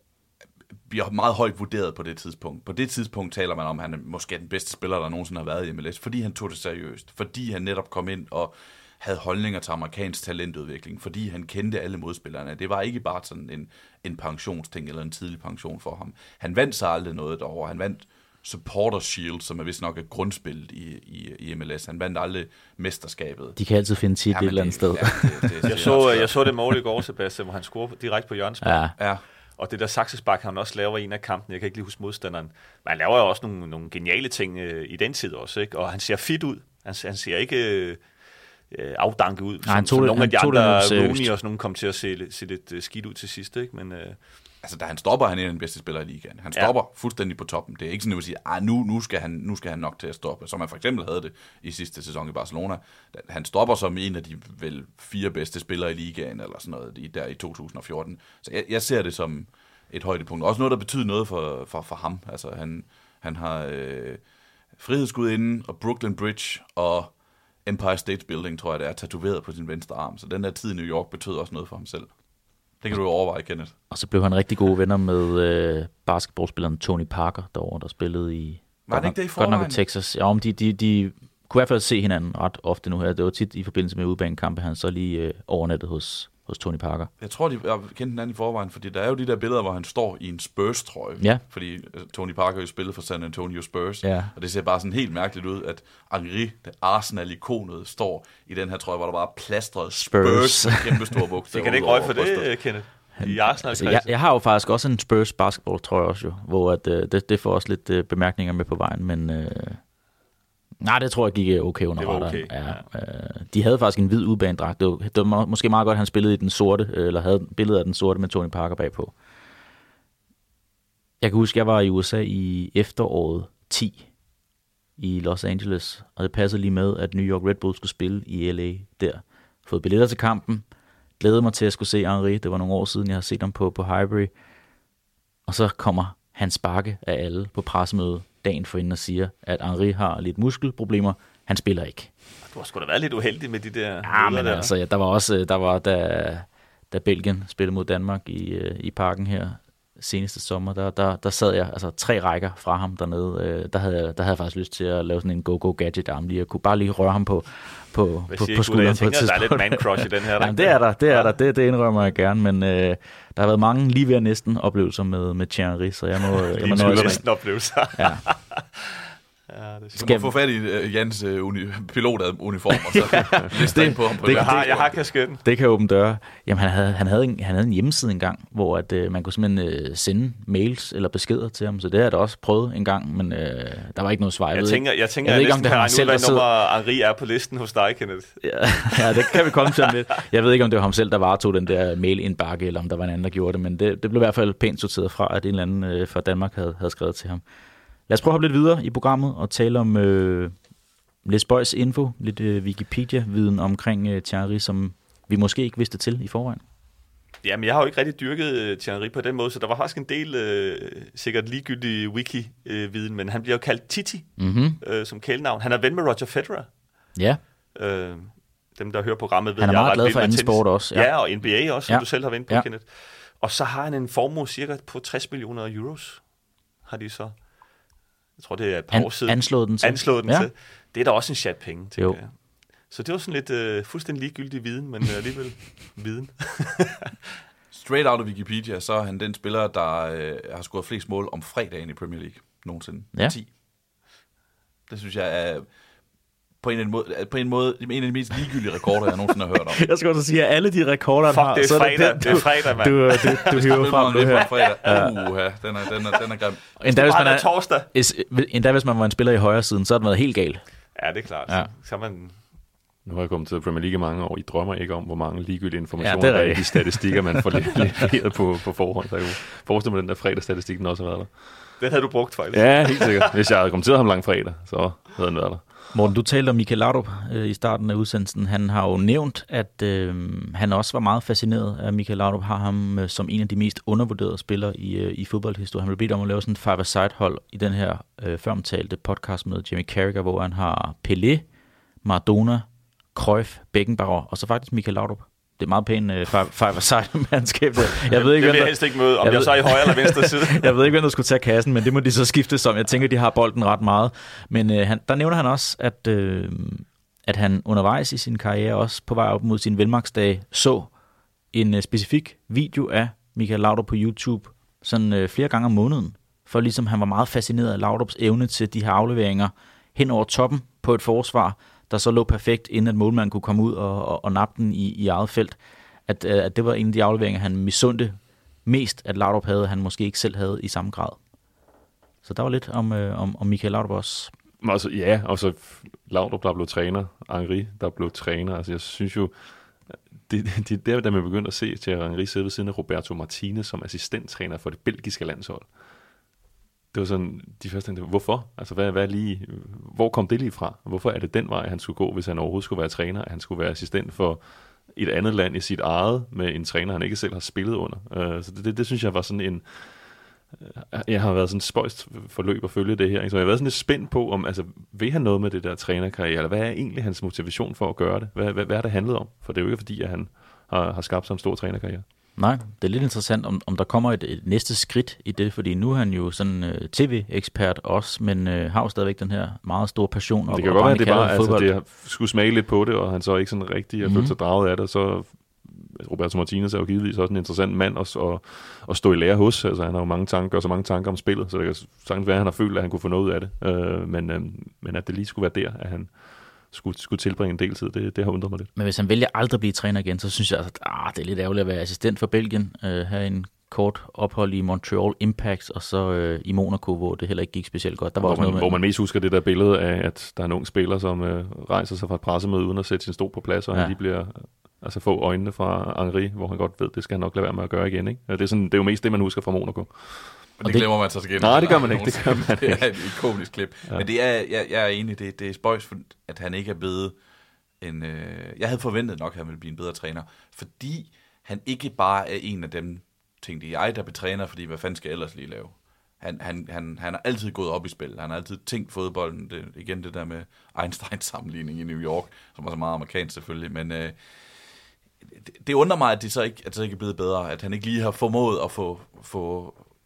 bliver meget højt vurderet på det tidspunkt. På det tidspunkt taler man om, at han er måske den bedste spiller, der nogensinde har været i M L S, fordi han tog det seriøst, fordi han netop kom ind og havde holdninger til amerikansk talentudvikling, fordi han kendte alle modspillerne. Det var ikke bare sådan en, en pensionsting eller en tidlig pension for ham. Han vandt sig aldrig noget derovre. Han vandt Supporter Shield, som er vist nok et grundspil i, i, i M L S. Han vandt aldrig mesterskabet. De kan altid finde tit ja, et eller andet sted. Ja, det, det, det, jeg, så, jeg så det mål i går, Sebastian, hvor han scorer direkte på hjørnespark. Ja. Ja. Og det der saksespark, han også laver i en af kampen, jeg kan ikke lige huske modstanderen, men han laver jo også nogle, nogle geniale ting øh, i den tid også, ikke? Og han ser fit ud. Han, han ser ikke... Øh, afdanke ud, Nej, som, som det, nogle af de andre, Rooney og sådan nogle, kom til at se, se lidt uh, skidt ud til sidst, ikke? Men, uh... altså, da han stopper, han er den bedste spiller i ligaen. Han stopper ja. fuldstændig på toppen. Det er ikke sådan, at man siger, nu, nu, skal han, nu skal han nok til at stoppe, som han for eksempel havde det i sidste sæson i Barcelona. Han stopper som en af de vel fire bedste spillere i ligaen, eller sådan noget, i, der i to tusind og fjorten. Så jeg, jeg ser det som et højdepunkt. Også noget, der betyder noget for, for, for ham. Altså, han, han har øh, frihedsgudinden og Brooklyn Bridge og Empire State Building, tror jeg, det er tatoveret på sin venstre arm. Så den der tid i New York betød også noget for ham selv. Det kan du jo overveje, Kenneth. Og så blev han rigtig gode venner med øh, basketballspilleren Tony Parker derovre, der spillede i... Var det ikke det i forvejen? Godt nok i Texas. Ja, om de, de, de kunne i hvert fald se hinanden ret ofte nu her. Det var tit i forbindelse med udbanekampe, han så lige øh, overnattet hos, hos Tony Parker. Jeg tror, de har kendt hinanden i forvejen, fordi der er jo de der billeder, hvor han står i en Spurs-trøje. Ja. Fordi Tony Parker jo spillede for San Antonio Spurs. Ja. Og det ser bare sådan helt mærkeligt ud, at Henry, det Arsenal-ikonet, står i den her trøje, hvor der bare er plastret Spurs, Spurs. Kæmpe store bukser. Det kan ikke røge for det, Kenneth. I Arsenal altså, jeg, jeg har jo faktisk også en Spurs basketball-trøje også jo, hvor at, øh, det, det får også lidt øh, bemærkninger med på vejen, men... Øh, nej, det tror jeg gik okay under radaren. Okay. Ja, øh, de havde faktisk en hvid udbanedragt. Det var, det var måske meget godt, at han spillede i den sorte, eller havde billedet af den sorte med Tony Parker bagpå. Jeg kan huske, jeg var i U S A i efteråret ti i Los Angeles, og det passede lige med, at New York Red Bulls skulle spille i L A der. Fået billetter til kampen, glædede mig til at skulle se Henry. Det var nogle år siden, jeg har set ham på, på Highbury. Og så kommer Hans Bakke af alle på pressemødet dagen forinden og siger, at Henry har lidt muskelproblemer. Han spiller ikke. Du har sgu da været lidt uheldig med de der... Ja, men der. altså, ja, der var også, der var, da, da Belgien spillede mod Danmark i, i parken her seneste sommer, der, der, der sad jeg altså tre rækker fra ham dernede. Øh, der, havde jeg, der havde jeg faktisk lyst til at lave sådan en go-go-gadget-arm lige. Jeg kunne bare lige røre ham på, på, på, på skulderen. Jeg tænker, der er lidt man-crush i den her. Jamen, det er der, det er ja. der. Det, det indrømmer jeg gerne, men øh, der har været mange lige ved næsten oplevelser med, med Thierry Henry, så jeg må... jeg må nøjes næsten oplevelser. Ja. Ja, det skal få fat i uh, Jans uh, uni- pilotuniform og så liste ind på ham på det, det. Jeg har, jeg har kasketten. Det kan åbne døre. Jamen, han havde, han havde, en, han havde en hjemmeside engang, hvor at, uh, man kunne simpelthen uh, sende mails eller beskeder til ham, så det har jeg da også prøvet en gang, men uh, der var ikke noget svar. Jeg, jeg tænker, jeg tænker, jeg, jeg, jeg næsten kan regne ud, hvad nummer Henry er på listen hos dig, Kenneth. Ja, ja, det kan vi komme til lidt. Jeg ved ikke, om det var ham selv, der varetog den der mail-indbakke, eller om der var en anden, der gjorde det, men det, det blev i hvert fald pænt sorteret fra, at en eller anden uh, fra Danmark havde, havde skrevet til ham. Lad os prøve at hoppe lidt videre i programmet og tale om øh, lidt spøjs info, lidt øh, Wikipedia-viden omkring øh, Thierry Henry, som vi måske ikke vidste til i forvejen. Jamen, jeg har jo ikke rigtig dyrket uh, Thierry Henry på den måde, så der var faktisk en del uh, sikkert ligegyldig wiki-viden, uh, men han bliver jo kaldt Titi mm-hmm. uh, som kælenavn. Han er ven med Roger Federer. Ja. Uh, dem, der hører programmet, ved han er jeg meget glad for anden tennis. sport også. Ja. ja, og N B A også, som ja. du selv har vendt på, ja. Kenneth. Og så har han en formue cirka på tres millioner euros, har de så... Jeg tror, det er et par An, år siden. Anslået den til. Anslået den ja. til. Det er da også en chat penge, tænker jo. jeg. Så det var sådan lidt uh, fuldstændig ligegyldig viden, men uh, alligevel viden. Straight out of Wikipedia, så er han den spiller, der uh, har scoret flest mål om fredagen i Premier League nogensinde. Ja. ti. Det synes jeg er på en, måde, på en måde en af de mest ligegyldige rekorder, jeg nogensinde har hørt om. Jeg skal også sige, at alle de rekorder, han Fuck, har... det er så fredag, det, det er fredag, mand. Du, du, du, du hiver frem det her. Fredag. Ja. Uh, den er, den er, den er grim. Endda hvis, man er, torsdag. endda hvis man var en spiller i højre siden, så har det været helt galt. Ja, det er klart. Ja. Så man... Nu har jeg kommet til Premier League i mange år. I drømmer ikke om, hvor mange ligegyldige informationer ja, der er i de statistikker, man får leveret på, på forhånd. Så jeg forestiller mig, den der fredagsstatistik, den også har været der. Den havde du brugt, faktisk. Ja, helt sikkert. Hvis jeg havde kommenteret ham lang fredag, så havde den været der. Morten, du talte om Michael Laudrup øh, i starten af udsendelsen. Han har jo nævnt, at øh, han også var meget fascineret af Michael Laudrup, har ham øh, som en af de mest undervurderede spillere i, øh, i fodboldhistorien. Han blev bedt om at lave sådan et five-a-side-hold i den her øh, føromtalte podcast med Jamie Carragher, hvor han har Pelé, Maradona, Cruyff, Beckenbauer og så faktisk Michael Laudrup. Det er meget pænt uh, five-a-side-mandskab. Jeg ved ikke, det vil jeg helst ikke møde, om jeg, jeg så er i højre eller venstre side. Jeg ved ikke, hvem der skulle tage kassen, men det må de så skifte som. Jeg tænker, de har bolden ret meget. Men uh, han, der nævner han også, at, uh, at han undervejs i sin karriere, også på vej op mod sin velmagsdage, så en uh, specifik video af Michael Laudrup på YouTube, sådan uh, flere gange om måneden. For ligesom han var meget fascineret af Laudrups evne til de her afleveringer hen over toppen på et forsvar, der så lå perfekt, inden at målmanden kunne komme ud og, og, og nappe den i, i eget felt. At, at det var en af de afleveringer, han misundte mest, at Laudrup havde, han måske ikke selv havde i samme grad. Så der var lidt om, øh, om, om Michael Laudrup også. Altså, ja, og så Laudrup, der blev træner, Henry, der blev træner. Altså, jeg synes jo, det, det er der, da man begyndte at se til Henry sidde ved siden af Roberto Martinez som assistenttræner for det belgiske landshold. Det var sådan, de første tænkte, hvorfor? Altså, hvad, hvad lige, hvor kom det lige fra? Hvorfor er det den vej, han skulle gå, hvis han overhovedet skulle være træner? At han skulle være assistent for et andet land i sit eget, med en træner, han ikke selv har spillet under. Uh, så det, det, det synes jeg var sådan en... Uh, jeg har været sådan et spøjst forløb at følge det her. Ikke? Så jeg har været sådan lidt spændt på, om altså, vil han noget med det der trænerkarriere? Eller hvad er egentlig hans motivation for at gøre det? Hvad, hvad, hvad er det handlet om? For det er jo ikke fordi, at han har, har skabt sig en stor trænerkarriere. Nej, det er lidt interessant, om, om der kommer et, et næste skridt i det, fordi nu er han jo sådan uh, tv-ekspert også, men uh, har jo stadigvæk den her meget store passion. Det kan godt være, at det var, altså, det skulle smage lidt på det, og han så ikke sådan rigtig har mm-hmm. følt sig draget af det, så Roberto Martinez er jo givetvis også en interessant mand at, at, at stå i lære hos. Altså, han har jo mange tanker, og så mange tanker om spillet, så det kan sagtens være, at han har følt, at han kunne få noget ud af det, uh, men, uh, men at det lige skulle være der, at han skulle, skulle tilbringe en del tid, det, det har undret mig lidt. Men hvis han vælger aldrig at blive træner igen, så synes jeg, at ah, det er lidt ærgerligt at være assistent for Belgien, øh, have en kort ophold i Montreal Impact, og så øh, i Monaco, hvor det heller ikke gik specielt godt. Der var hvor, også man, noget med, hvor man mest husker det der billede af, at der er en ung spiller, som øh, rejser sig fra et pressemøde uden at sætte sin stol på plads, og ja. han lige bliver... Altså få øjnene fra Henry, hvor han godt ved, det skal han nok lade være med at gøre igen. Ikke? Det, er sådan, det er jo mest det, man husker fra Monaco. Men det, det glemmer man så til igen. Nej, det gør man ikke. Det, gør man ikke. Det er et ikonisk klip. Ja. Men det er, jeg, jeg er enig, det, det er spøjs, at han ikke er blevet en... Øh, jeg havde forventet nok, at han ville blive en bedre træner, fordi han ikke bare er en af dem, tænkte jeg, der bliver træner, fordi hvad fanden skal jeg ellers lige lave? Han, han, han, han har altid gået op i spil. Han har altid tænkt fodbolden. Det, igen det der med Einsteins sammenligning i New York, som er så meget amerikansk selvfølgelig, men... Øh, Det, det undrer mig, at det så ikke, at det så ikke er blevet bedre, at han ikke lige har formået at få, få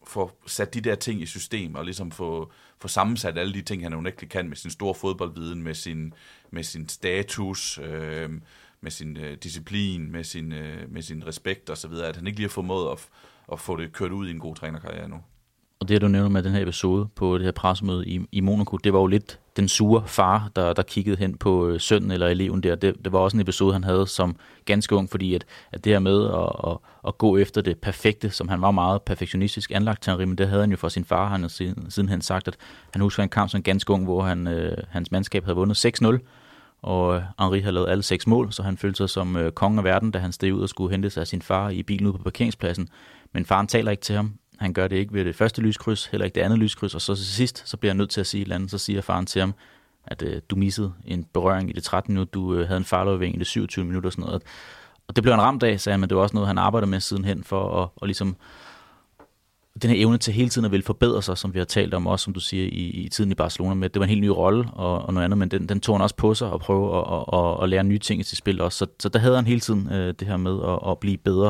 få sat de der ting i system, og ligesom få, få sammensat alle de ting, han unægteligt kan, med sin store fodboldviden, med sin, med sin status, øh, med sin øh, disciplin, med sin, øh, med sin respekt osv., at han ikke lige har formået at, at få det kørt ud i en god trænerkarriere nu. Og det, du nævner med den her episode på det her pressemøde i, i Monaco, det var jo lidt den sure far, der, der kiggede hen på øh, sønnen eller eleven der. Det, det var også en episode, han havde som ganske ung, fordi at, at det her med at, at, at gå efter det perfekte, som han var meget perfektionistisk anlagt til Henri, men det havde han jo for sin far. Han havde siden, siden han sagt, at han husker en kamp som ganske ung, hvor han, øh, hans mandskab havde vundet seks nul, og Henri havde lavet alle seks mål, så han følte sig som øh, kongen af verden, da han steg ud og skulle hente sig af sin far i bilen ude på parkeringspladsen. Men faren taler ikke til ham. Han gør det ikke ved det første lyskryds, heller ikke det andet lyskryds, og så til sidst, så bliver han nødt til at sige et eller andet. Så siger faren til ham, at øh, du missede en berøring i det trettende minut, du øh, havde en farløjvæng i det syvogtyvende minut og sådan noget. Og det blev han ramt af, sagde han, men det var også noget, han arbejder med sidenhen for at og ligesom den her evne til hele tiden at ville forbedre sig, som vi har talt om også, som du siger, i, i tiden i Barcelona med. Det var en helt ny rolle og, og noget andet, men den, den tog han også på sig og prøve at, at, at, at lære nye ting i sit spil også. Så, så der havde han hele tiden øh, det her med at, at blive bedre.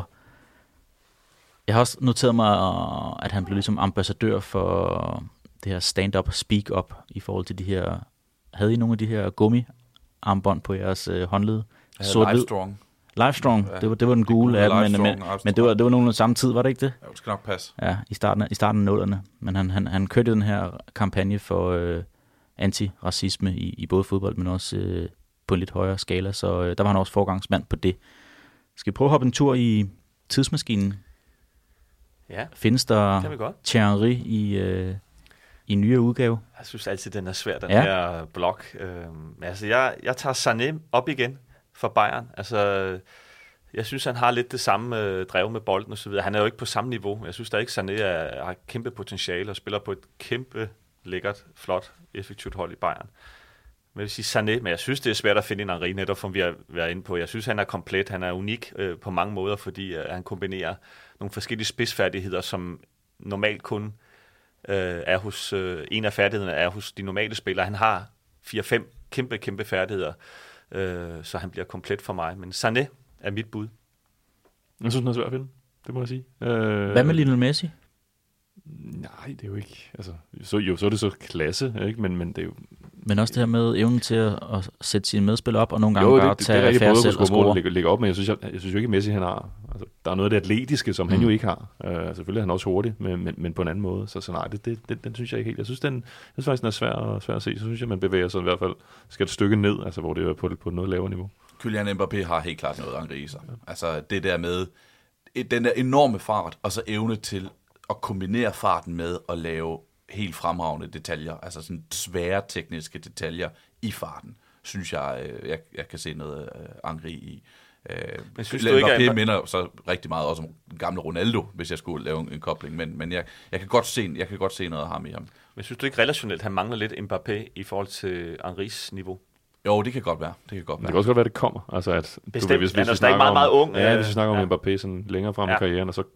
Jeg har også noteret mig, at han blev ligesom ambassadør for det her stand-up, speak-up i forhold til de her... Havde I nogle af de her gummi-armbånd på jeres øh, håndled? Livestrong. Livestrong, ja, det, var, det var den gule af den, men, men, men det var, det var nogenlunde samme tid, var det ikke det? Ja, det skal nok passe. Ja, i starten af, i starten af nullerne. Men han, han, han kørte den her kampagne for øh, antiracisme i, i både fodbold, men også øh, på en lidt højere skala, så øh, der var han også forgangsmand på det. Skal vi prøve at hoppe en tur i tidsmaskinen? Ja, findes der Thierry Henry i, øh, i en nyere udgave? Jeg synes altid, den er svær, den ja. her blok. Øhm, altså, jeg, jeg tager Sané op igen for Bayern. Altså, jeg synes, han har lidt det samme øh, drev med bolden og så videre. Han er jo ikke på samme niveau. Jeg synes, der ikke Sané er, har et kæmpe potentiale og spiller på et kæmpe, lækkert, flot, effektivt hold i Bayern. Men jeg vil sige Sané, men jeg synes, det er svært at finde en Henry, netop som vi har været inde på. Jeg synes, han er komplet. Han er unik øh, på mange måder, fordi øh, han kombinerer nogle forskellige spidsfærdigheder, som normalt kun øh, er hos... Øh, en af færdighederne er hos de normale spillere. Han har fire fem kæmpe, kæmpe færdigheder, øh, så han bliver komplet for mig. Men Sané er mit bud. Jeg synes, den er svært at finde. Det må jeg sige. Øh... Hvad med Lionel Messi? Nej, det er jo ikke... Altså, så, jo, så er det så klasse, ikke? Men, men det er jo... Men også det her med evnen til at, at sætte sine medspillere op, og nogle gange jo, bare det, tage det, det færre selv og score. Lægge, lægge op, men jeg synes, jeg, jeg synes jo ikke, Messi han har... Altså, der er noget af det atletiske, som mm. han jo ikke har. Uh, selvfølgelig er han også hurtig, men, men, men på en anden måde. Så, så nej, det, det, det, den synes jeg ikke helt. Jeg synes, den, jeg synes faktisk, den er svær, svær at se. Så synes jeg, man bevæger sig i hvert fald skal et stykke ned, altså, hvor det er på, på et noget lavere niveau. Kylian Mbappé har helt klart noget Henry i sig. Ja. Altså det der med den der enorme fart, og så evne til at kombinere farten med at lave helt fremragende detaljer, altså sådan svære tekniske detaljer i farten, synes jeg, jeg, jeg kan se noget uh, Henry i. Uh, men synes du ikke, Mbappé minder så rigtig meget også om den gamle Ronaldo, hvis jeg skulle lave en, en kobling, men, men jeg, jeg, kan godt se, jeg kan godt se noget af ham i ham. Men synes du ikke relationelt, han mangler lidt Mbappé i forhold til Henrys niveau? Jo, det kan godt være. Det kan godt være. Det kan også godt være, det kommer. Altså, at, Bestemt, du, hvis, hvis han er stadig meget, meget ung. Ja, hvis vi snakker ja. om Mbappé sådan længere frem ja. i karrieren, og så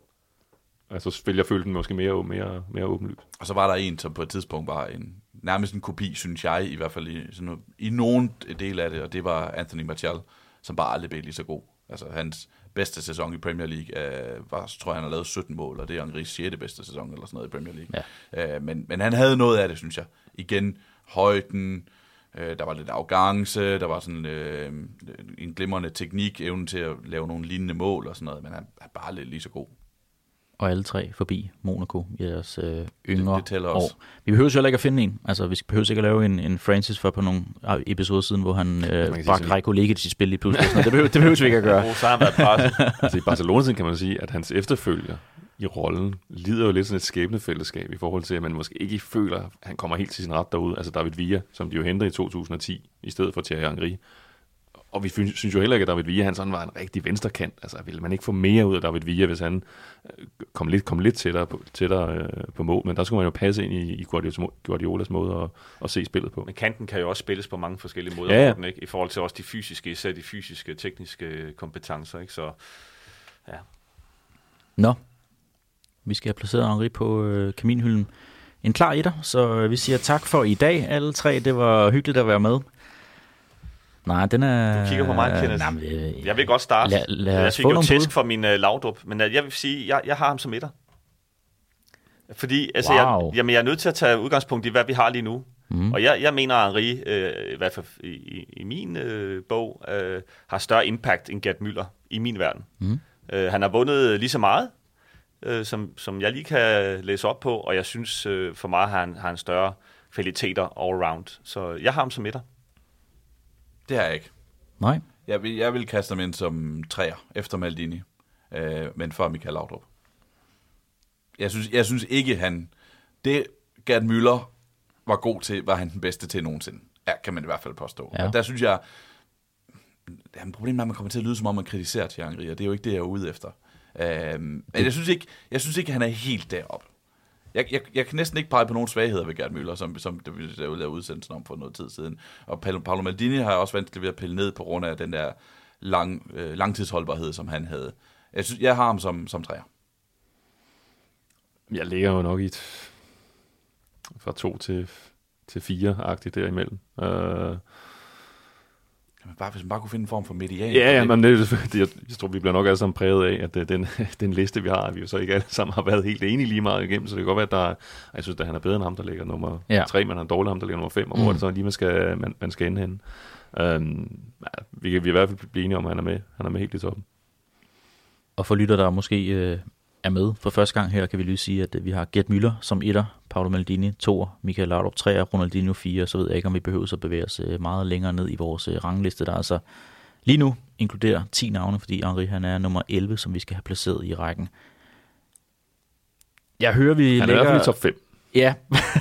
altså, vil jeg føle den måske mere, mere, mere åbenlyst. Og så var der en, som på et tidspunkt var en, nærmest en kopi, synes jeg, i hvert fald i, sådan, i nogen del af det, og det var Anthony Martial, som bare aldrig blev lige så god. Altså, hans bedste sæson i Premier League øh, var, tror jeg, han har lavet sytten mål, og det er Henrys sjette bedste sæson, eller sådan noget i Premier League. Ja. Øh, men, men han havde noget af det, synes jeg. Igen, højden, øh, der var lidt arrogance, der var sådan øh, en glimrende teknik, evnen til at lave nogle lignende mål og sådan noget, men han er bare lidt lige så god. Og alle tre forbi Monaco i deres øh, yngre det, det år. Vi behøver jo heller ikke at finde en. Altså, vi behøver ikke at lave en, en Francis for på nogle episoder siden, hvor han øh, bragte Reiko Legic til spil i pludselig. Det behøver, det behøver vi ikke at gøre. Så har han været presset. Altså, i Barcelona kan man sige, at hans efterfølger i rollen lider jo lidt sådan et skæbnefællesskab i forhold til, at man måske ikke føler, at han kommer helt til sin ret derude. Altså David Villa, som de jo hentede i to tusind og ti, i stedet for Thierry Henry. Og vi synes jo heller ikke, at David Villa, han sådan var en rigtig venstrekant. Altså, ville man ikke få mere ud af David Villa, hvis han kom lidt, kom lidt tættere, på, tættere øh, på mål. Men der skulle man jo passe ind i, i Guardiolas måde at, at se spillet på. Men kanten kan jo også spilles på mange forskellige måder, ja, ja. Den, ikke? I forhold til også de fysiske, især de fysiske, tekniske kompetencer. Ikke? Så, ja. Nå, vi skal have placeret Henry på øh, kaminhylden. En klar etter, så øh, vi siger tak for i dag, alle tre. Det var hyggeligt at være med. Nej, den er... Du kigger på mig, Kenneth. Nej, men, øh, jeg vil godt starte. Lad, lad jeg fik jo tæsk for min uh, Laudrup, men uh, jeg vil sige, jeg, jeg har ham som etter. Fordi altså, Wow. jeg, jamen, jeg er nødt til at tage udgangspunkt i, hvad vi har lige nu. Mm. Og jeg, jeg mener, at Henry, øh, i hvert fald i, i, i min øh, bog, øh, har større impact end Gerd Müller i min verden. Mm. Øh, han har vundet lige så meget, øh, som, som jeg lige kan læse op på, og jeg synes, øh, for mig har han, har han større kvaliteter all round. Så jeg har ham som etter. Det har jeg ikke. Nej. Jeg vil, jeg vil kaste ham ind som træer efter Maldini, øh, men før Michael Laudrup. Jeg synes, jeg synes ikke, han... Det Gerd Müller var god til, var han den bedste til nogensinde. Ja, kan man i hvert fald påstå. Ja. Og der synes jeg... Jamen, problemet er, at man kommer til at lyde, som om man kritiserer Thierry Henry, og det er jo ikke det, jeg er ude efter. Øh, men jeg synes ikke, jeg synes ikke, han er helt deroppe. Jeg, jeg, jeg kan næsten ikke pege på nogen svagheder ved Gerd Müller, som, som det ville lave udsendelsen om for noget tid siden. Og Paolo Maldini har også vanskeligt ved at pille ned på grund af den der lang, øh, langtidsholdbarhed, som han havde. Jeg synes, jeg har ham som, som træer. Jeg ligger jo nok i et, fra to til, til fire-agtigt derimellem. Uh, Jamen, bare, hvis man bare kunne finde en form for median. ja, ja, men det, det, jeg, jeg tror, vi bliver nok alle sammen præget af, at den, den liste, vi har, at vi jo så ikke alle sammen har været helt enige lige meget igennem, så det kan godt være, at der er, jeg synes, at han er bedre end ham, der ligger nummer Ja. tre, men han er dårligere ham, der ligger nummer fem, og Mm. hvor er det så lige, man skal, man, man skal ende henne. Um, ja, vi kan vi i hvert fald blive enige om, at han er med. Han er med helt i toppen. Og for lytter, der måske øh, er med for første gang her, kan vi lige sige, at øh, vi har Gerd Müller som etter, Paolo Maldini toer, Michael Laudrup treer, Ronaldinho fire, så ved jeg ikke, om vi behøver at bevæge os øh, meget længere ned i vores øh, rangliste, der altså lige nu inkluderer ti navne, fordi Henry han er nummer elleve, som vi skal have placeret i rækken. Jeg hører, vi Han er lægger... i hvert fald i top fem. Ja.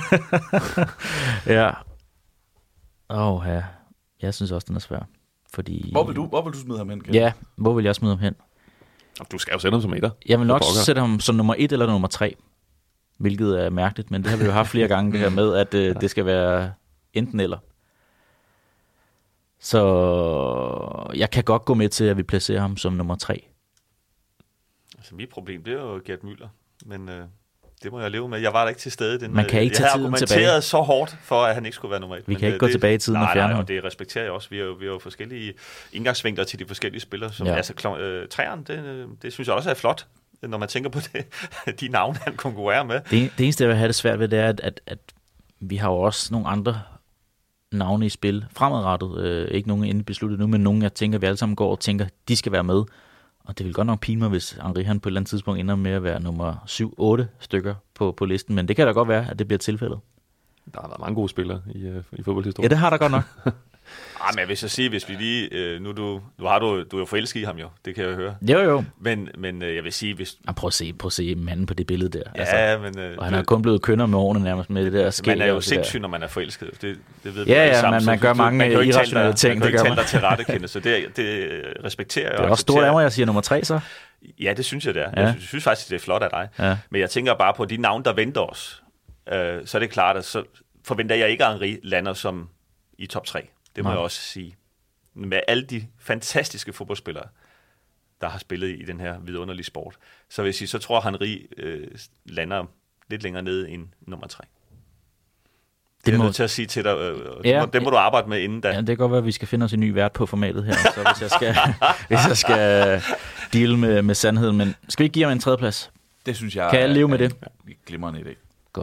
ja. Åh, oh, ja. Jeg synes også, den er svær. Fordi... Hvor vil du, hvor vil du smide ham hen, Gerd? Ja, hvor vil jeg smide ham hen? Du skal jo sætte ham som etter. Jeg vil nok For pokker. sætte ham som nummer et eller nummer tre, hvilket er mærkeligt, men det har vi jo haft flere gange, det her med, at øh, det skal være enten eller. Så jeg kan godt gå med til, at vi placerer ham som nummer tre. Altså, mit problem, det er jo Gerd Müller, men øh, det må jeg leve med. Jeg var der ikke til stede. Den, Man kan ikke jeg tage havde tiden argumenteret tilbage. så hårdt for, at han ikke skulle være nummer et. Vi men, kan ikke øh, gå det, tilbage i tiden nej, og fjerne nej, ham. og det respekterer jeg også. Vi har jo, vi har jo forskellige indgangsvinkler til de forskellige spillere. Som, Ja. ja. Altså, kl- øh, træerne, det, øh, det synes jeg også er flot, når man tænker på det, de navne, han konkurrerer med. Det, det eneste, jeg vil have det svært ved, det er, at, at, at vi har jo også nogle andre navne i spil fremadrettet. Øh, ikke nogen endelig besluttet nu, men nogen, jeg tænker, vi alle sammen går og tænker, de skal være med. Og det vil godt nok pine mig, hvis Henry han på et eller andet tidspunkt ender med at være nummer syv otte stykker på, på listen. Men det kan da godt være, at det bliver tilfældet. Der har været mange gode spillere i, uh, i Ja, fodboldhistorien. det har der godt nok. Ah, men jeg vil så sige, hvis vi lige... Øh, nu, du, nu har du, du er jo forelsket i ham jo, det kan jeg jo høre. Jo, jo. Men, men øh, jeg vil sige, hvis... Ah, prøv at se, prøv at se manden på det billede der. Ja, men... Øh, Og han er kun blevet kønner med årene nærmest med det der skæg. man er jo og det der. sindssyg, når man er forelsket. Det, det ved vi Ja, alle ja, sammen. man- Så man gør du- mange man kan jo ikke tale irrationelle dig- ting, Man kan det jo gør ikke tale dig til rette, Kenneth, så det, det respekterer jeg. Det er også stort af mig, jeg siger nummer tre så. Ja, det synes jeg, det er. Ja. Jeg synes, synes faktisk, det er flot af dig. Ja. Men jeg tænker bare på de navne, der venter os. Øh, så er det klart, at så forventer jeg ikke, at Henry lander som i top tre. Det må Nej. jeg også sige. Med alle de fantastiske fodboldspillere, der har spillet i den her vidunderlige sport, så vil jeg sige, så tror jeg, at Henry øh, lander lidt længere nede end nummer tre. Det, det er må- jeg nødt til at sige til dig. Øh, Ja. ja. Det må du arbejde med inden da. Ja, det kan godt være, at vi skal finde os en ny vært på formatet her, så hvis jeg skal, hvis jeg skal deal med, med sandheden. Men skal vi ikke give ham en tredjeplads? Det synes jeg Kan jeg er- leve med er det? en glimrende idé.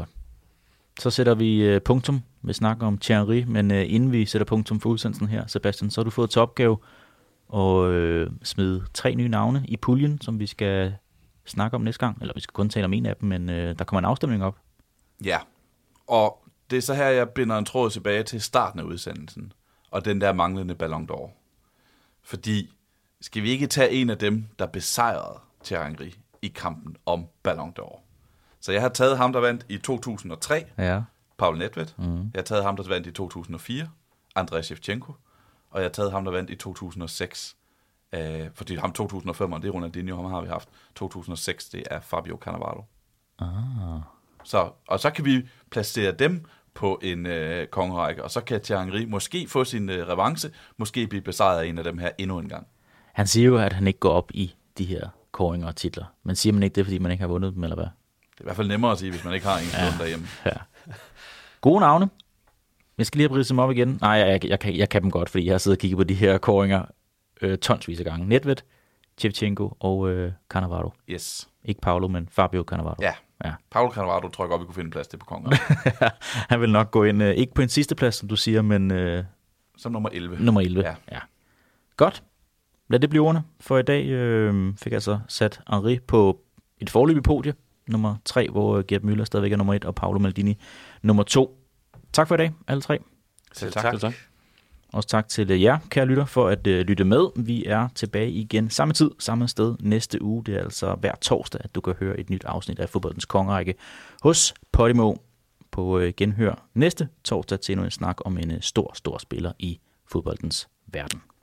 Så sætter vi uh, punktum. Vi snakker om Thierry, men uh, inden vi sætter punktum for udsendelsen her, Sebastian, så har du fået til opgave at uh, smide tre nye navne i puljen, som vi skal snakke om næste gang. Eller vi skal kun tale om en af dem, men uh, der kommer en afstemning op. Ja, og det er så her, jeg binder en tråd tilbage til starten af udsendelsen, og den der manglende Ballon d'Or. Fordi, skal vi ikke tage en af dem, der besejrede Thierry Henry i kampen om Ballon d'Or? Så jeg har taget ham, der vandt i to tusind og tre, Ja. Paul Nedved. Mm. Jeg har taget ham, der vandt i to tusind og fire, Andrei Shevchenko. Og jeg har taget ham, der vandt i to tusind og seks. Øh, fordi ham to tusind og fem, det er Ronaldinho, ham har vi haft. to tusind og seks, det er Fabio Cannavaro. Ah. Så, og så kan vi placere dem på en øh, kongerække, og så kan Thierry Henry måske få sin øh, revanche, måske blive besejret af en af dem her endnu en gang. Han siger jo, at han ikke går op i de her kåringer og titler. Men siger man ikke det, fordi man ikke har vundet dem, eller hvad? Det er i hvert fald nemmere at sige, hvis man ikke har en stund ja. derhjemme. Ja. Gode navne. Jeg skal lige have ridset dem op igen. Nej, jeg, jeg, jeg, kan, jeg kan dem godt, fordi jeg har siddet og kigget på de her kåringer øh, tonsvis af gange. Nedved, Shevchenko og øh, Cannavaro. Yes. Ikke Paolo, men Fabio Cannavaro. Ja, Ja. Paolo Cannavaro tror jeg godt, vi kunne finde plads til på kongen. Han vil nok gå ind, øh, ikke på en sidste plads, som du siger, men øh, som nummer elleve. nummer elleve. Ja. Ja. Godt. Lad det blive ordene. For i dag øh, fik jeg så sat Henri på et forløbigt podie. Nummer tre, hvor Gerd Müller stadigvæk er nummer et, og Paolo Maldini nummer to. Tak for i dag, alle tre. Selv tak. tak. Selv tak. Også tak til jer, kære lytter, for at øh, lytte med. Vi er tilbage igen samme tid, samme sted næste uge. Det er altså hver torsdag, at du kan høre et nyt afsnit af Fodboldens Kongerække hos Podimo på øh, genhør næste torsdag til endnu en snak om en øh, stor, stor spiller i fodboldens verden.